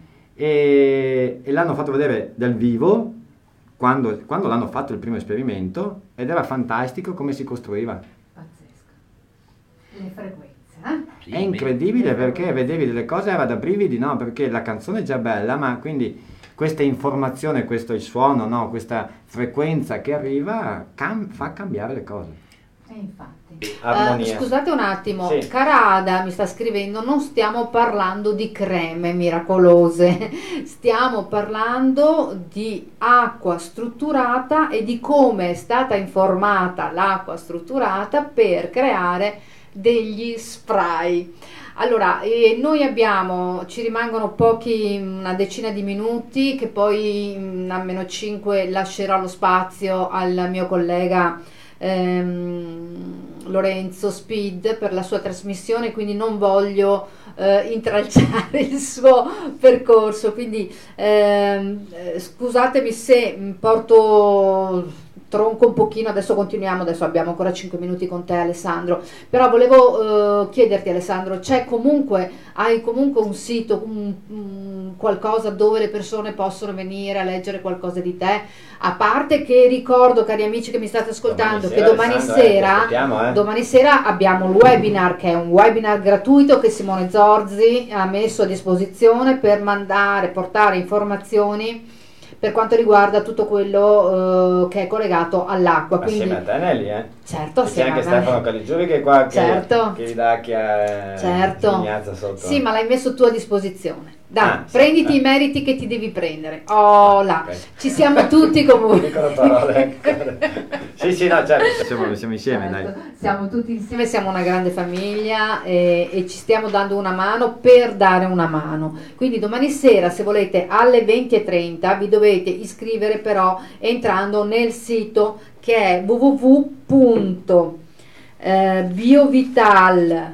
[SPEAKER 3] E, e l'hanno fatto vedere dal vivo quando, quando l'hanno fatto il primo esperimento, ed era fantastico come si costruiva.
[SPEAKER 1] Pazzesco. Le frequenze, eh?
[SPEAKER 2] Sì,
[SPEAKER 3] È incredibile perché vedevi delle cose, era da brividi, no? Perché la canzone è già bella, ma quindi questa informazione, questo il suono, no? Questa frequenza che arriva cam- fa cambiare le cose.
[SPEAKER 1] E infatti.
[SPEAKER 9] Armonia.
[SPEAKER 1] Eh, scusate un attimo,
[SPEAKER 9] Sì.
[SPEAKER 1] cara Ada mi sta scrivendo, non stiamo parlando di creme miracolose, stiamo parlando di acqua strutturata e di come è stata informata l'acqua strutturata per creare degli spray. Allora, eh, noi abbiamo, ci rimangono pochi, una decina di minuti, che poi mm, a meno cinque lascerò lo spazio al mio collega ehm, Lorenzo Speed per la sua trasmissione, quindi non voglio eh, intralciare il suo percorso, quindi ehm, eh, scusatemi se mm, porto tronco un pochino, adesso continuiamo, adesso abbiamo ancora cinque minuti con te Alessandro, però volevo eh, chiederti Alessandro, c'è comunque, hai comunque un sito, un, un qualcosa dove le persone possono venire a leggere qualcosa di te, a parte che ricordo, cari amici che mi state ascoltando,
[SPEAKER 9] Domani
[SPEAKER 1] che
[SPEAKER 9] sera,
[SPEAKER 1] domani
[SPEAKER 9] Alessandro, eh, ti
[SPEAKER 1] sera,
[SPEAKER 9] aspettiamo, eh.
[SPEAKER 1] domani sera abbiamo il webinar, che è un webinar gratuito che Simone Zorzi ha messo a disposizione per mandare, portare informazioni per quanto riguarda tutto quello eh, che è collegato all'acqua. Quindi,
[SPEAKER 9] Assieme a te Nelly, eh?
[SPEAKER 1] certo,
[SPEAKER 9] C'è
[SPEAKER 1] assieme
[SPEAKER 9] anche
[SPEAKER 1] a me.
[SPEAKER 9] Stefano Caligiuri che è qua, che,
[SPEAKER 1] Certo.
[SPEAKER 9] che vi dà chi ha
[SPEAKER 1] Certo.
[SPEAKER 9] sghignaza sotto.
[SPEAKER 1] Sì, ma l'hai messo tu a disposizione. Dai,
[SPEAKER 9] Ah, sì,
[SPEAKER 1] prenditi
[SPEAKER 9] eh.
[SPEAKER 1] i meriti che ti devi prendere. Oh là,
[SPEAKER 9] Ok.
[SPEAKER 1] ci siamo tutti comunque.
[SPEAKER 9] Dicono parole. Sì, sì, no, certo.
[SPEAKER 3] Siamo, siamo insieme, dai.
[SPEAKER 1] Certo, siamo tutti insieme, siamo una grande famiglia e, e ci stiamo dando una mano per dare una mano. Quindi domani sera, se volete, alle venti e trenta vi dovete iscrivere però entrando nel sito che è w w w punto biovital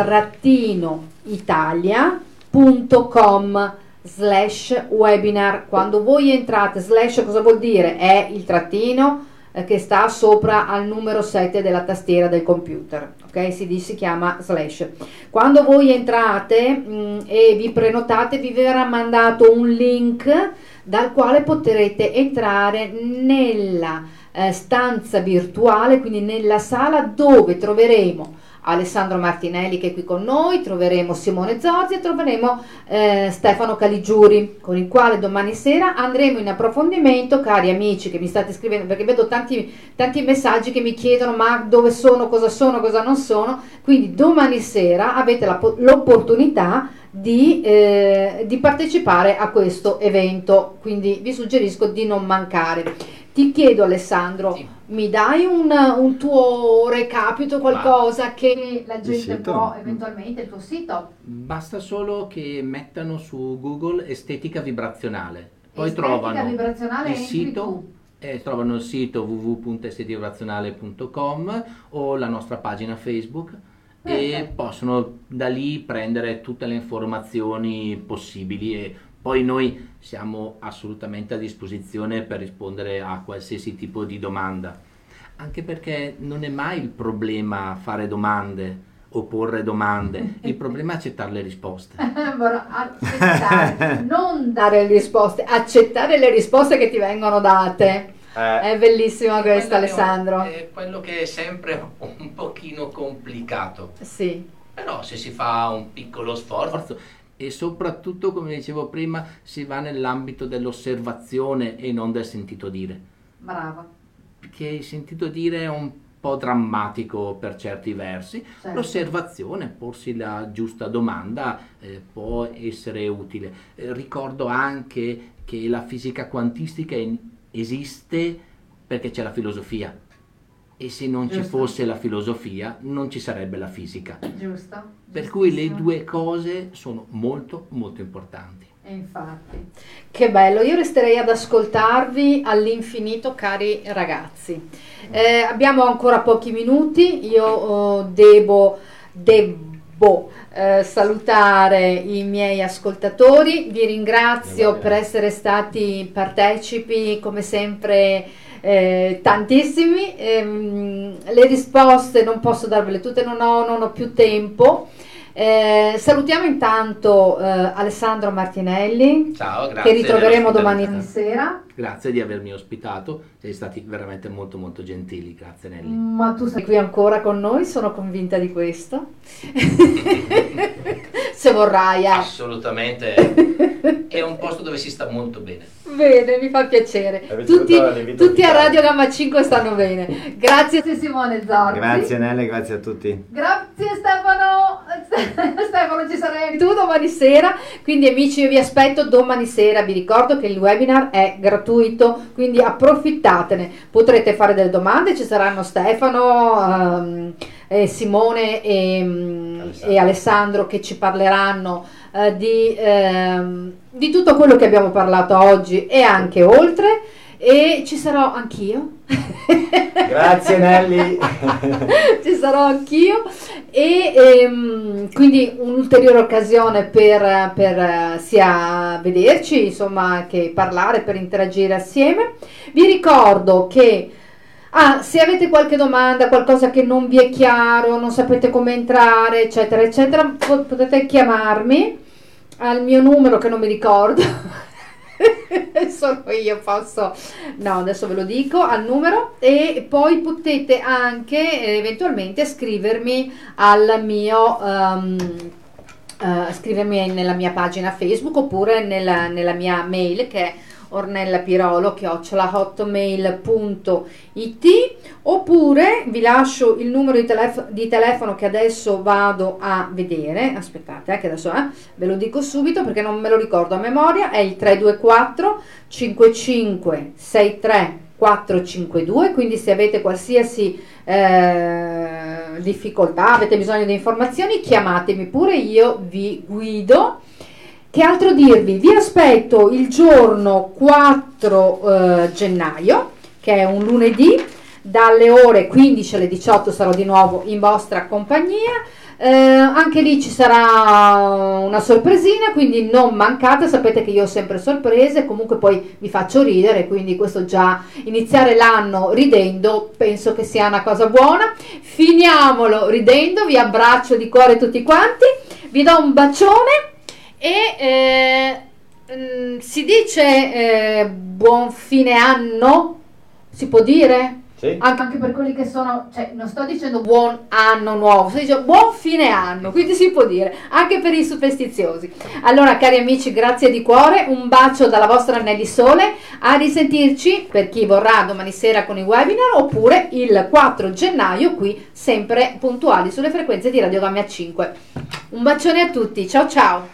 [SPEAKER 1] italia punto com slash webinar. Quando voi entrate, slash cosa vuol dire? È il trattino che sta sopra al numero sette della tastiera del computer, ok? Si, dice, si chiama slash. Quando voi entrate mh, e vi prenotate, vi verrà mandato un link dal quale potrete entrare nella eh, stanza virtuale, quindi nella sala dove troveremo Alessandro Martinelli che è qui con noi, troveremo Simone Zorzi e troveremo eh, Stefano Caligiuri, con il quale domani sera andremo in approfondimento, cari amici che mi state scrivendo, perché vedo tanti, tanti messaggi che mi chiedono ma dove sono, cosa sono, cosa non sono, quindi domani sera avete la, l'opportunità di, eh, di partecipare a questo evento, quindi vi suggerisco di non mancare. Ti chiedo Alessandro,
[SPEAKER 2] Sì.
[SPEAKER 1] mi dai un, un tuo recapito, qualcosa che la gente
[SPEAKER 3] sito?
[SPEAKER 1] può eventualmente, il tuo sito?
[SPEAKER 2] Basta solo che mettano su Google estetica vibrazionale, poi
[SPEAKER 1] Estetica
[SPEAKER 2] trovano
[SPEAKER 1] vibrazionale,
[SPEAKER 2] il
[SPEAKER 1] entri
[SPEAKER 2] sito,
[SPEAKER 1] tu.
[SPEAKER 2] eh, trovano il sito w w w punto estetica vibrazionale punto com o la nostra pagina Facebook e
[SPEAKER 1] Perfetto.
[SPEAKER 2] possono da lì prendere tutte le informazioni possibili e poi noi siamo assolutamente a disposizione per rispondere a qualsiasi tipo di domanda, anche perché non è mai il problema fare domande o porre domande, il problema è accettare le risposte.
[SPEAKER 1] accettare, non dare le risposte, accettare le risposte che ti vengono date.
[SPEAKER 9] Eh.
[SPEAKER 1] È bellissima questa,
[SPEAKER 2] Quello che è un-
[SPEAKER 1] Alessandro.
[SPEAKER 2] È quello che è sempre un pochino complicato.
[SPEAKER 1] Sì,
[SPEAKER 2] Però se si fa un piccolo sforzo e soprattutto, come dicevo prima, si va nell'ambito dell'osservazione e non del sentito dire.
[SPEAKER 1] brava.
[SPEAKER 2] Perché il sentito dire è un po' drammatico per certi versi.
[SPEAKER 1] Certo.
[SPEAKER 2] L'osservazione, porsi la giusta domanda, eh, può essere utile. Eh, ricordo anche che la fisica quantistica in- esiste perché c'è la filosofia. E se non ci
[SPEAKER 1] Giusto.
[SPEAKER 2] fosse la filosofia non ci sarebbe la fisica.
[SPEAKER 1] Giusto.
[SPEAKER 2] Per cui le
[SPEAKER 1] Giustissimo.
[SPEAKER 2] due cose sono molto molto importanti.
[SPEAKER 1] E infatti, che bello, io resterei ad ascoltarvi all'infinito, cari ragazzi. Eh, abbiamo ancora pochi minuti, io oh, devo, devo eh, salutare i miei ascoltatori, vi ringrazio per essere stati partecipi come sempre. Eh, tantissimi, ehm, le risposte non posso darvele tutte, non ho, non ho più tempo. Eh, salutiamo intanto eh, Alessandro Martinelli,
[SPEAKER 2] Ciao, grazie.
[SPEAKER 1] che ritroveremo
[SPEAKER 2] dell'ospitalità.
[SPEAKER 1] domani sera.
[SPEAKER 2] Grazie di avermi ospitato, siete stati veramente molto molto gentili, grazie Nelly.
[SPEAKER 1] Ma tu sei qui ancora con noi, sono convinta di questo. Se vorrai, eh.
[SPEAKER 2] Assolutamente, è un posto dove si sta molto bene.
[SPEAKER 1] Bene, mi fa piacere.
[SPEAKER 9] Hai ricevuto
[SPEAKER 1] Tutti,
[SPEAKER 9] l'invito
[SPEAKER 1] tutti a
[SPEAKER 9] ufficiale.
[SPEAKER 1] Radio Gamma cinque stanno bene. Grazie Simone Zorzi.
[SPEAKER 3] Grazie Nelle, grazie a tutti.
[SPEAKER 1] Grazie Stefano. Stefano, ci sarai tu domani sera. Quindi amici, io vi aspetto domani sera. Vi ricordo che il webinar è gratuito, quindi approfittatene. Potrete fare delle domande, ci saranno Stefano, ehm, e Simone e,
[SPEAKER 9] Alessandro.
[SPEAKER 1] e Alessandro che ci parleranno eh, di, ehm, di tutto quello che abbiamo parlato oggi e anche oltre. E ci sarò anch'io.
[SPEAKER 9] Grazie Nelly.
[SPEAKER 1] Ci sarò anch'io e ehm, quindi un'ulteriore occasione per, per eh, sia vederci, insomma, che parlare, per interagire assieme. Vi ricordo che ah, se avete qualche domanda, qualcosa che non vi è chiaro, non sapete come entrare, eccetera, eccetera, po- potete chiamarmi al mio numero che non mi ricordo. Solo io posso, no, adesso ve lo dico al numero, e poi potete anche eh, eventualmente scrivermi al mio um, uh, scrivermi nella mia pagina Facebook oppure nella, nella mia mail che è ornellapirolo chiocciola hotmail punto it, oppure vi lascio il numero di, telefo- di telefono che adesso vado a vedere. Aspettate, eh, che adesso eh, ve lo dico subito perché non me lo ricordo a memoria. È il tre due quattro cinque cinque sei tre quattro cinque due, quindi se avete qualsiasi eh, difficoltà, avete bisogno di informazioni, chiamatemi pure, io vi guido. Che altro dirvi? Vi aspetto il giorno quattro eh, gennaio, che è un lunedì, dalle ore quindici alle diciotto sarò di nuovo in vostra compagnia. Eh, anche lì ci sarà una sorpresina, quindi non mancate, sapete che io ho sempre sorprese, comunque poi vi faccio ridere, quindi questo già, iniziare l'anno ridendo, penso che sia una cosa buona. Finiamolo ridendo, vi abbraccio di cuore tutti quanti, vi do un bacione. E eh, mh, si dice eh, buon fine anno? Si può dire?
[SPEAKER 9] Sì.
[SPEAKER 1] Anche, anche per quelli che sono, cioè non sto dicendo buon anno nuovo, sto dicendo buon fine anno, quindi si può dire, anche per i superstiziosi. Allora cari amici, grazie di cuore, un bacio dalla vostra Nelly Sole, a risentirci per chi vorrà domani sera con i webinar, oppure il quattro gennaio qui, sempre puntuali sulle frequenze di Radio Gamma cinque. Un bacione a tutti, ciao ciao!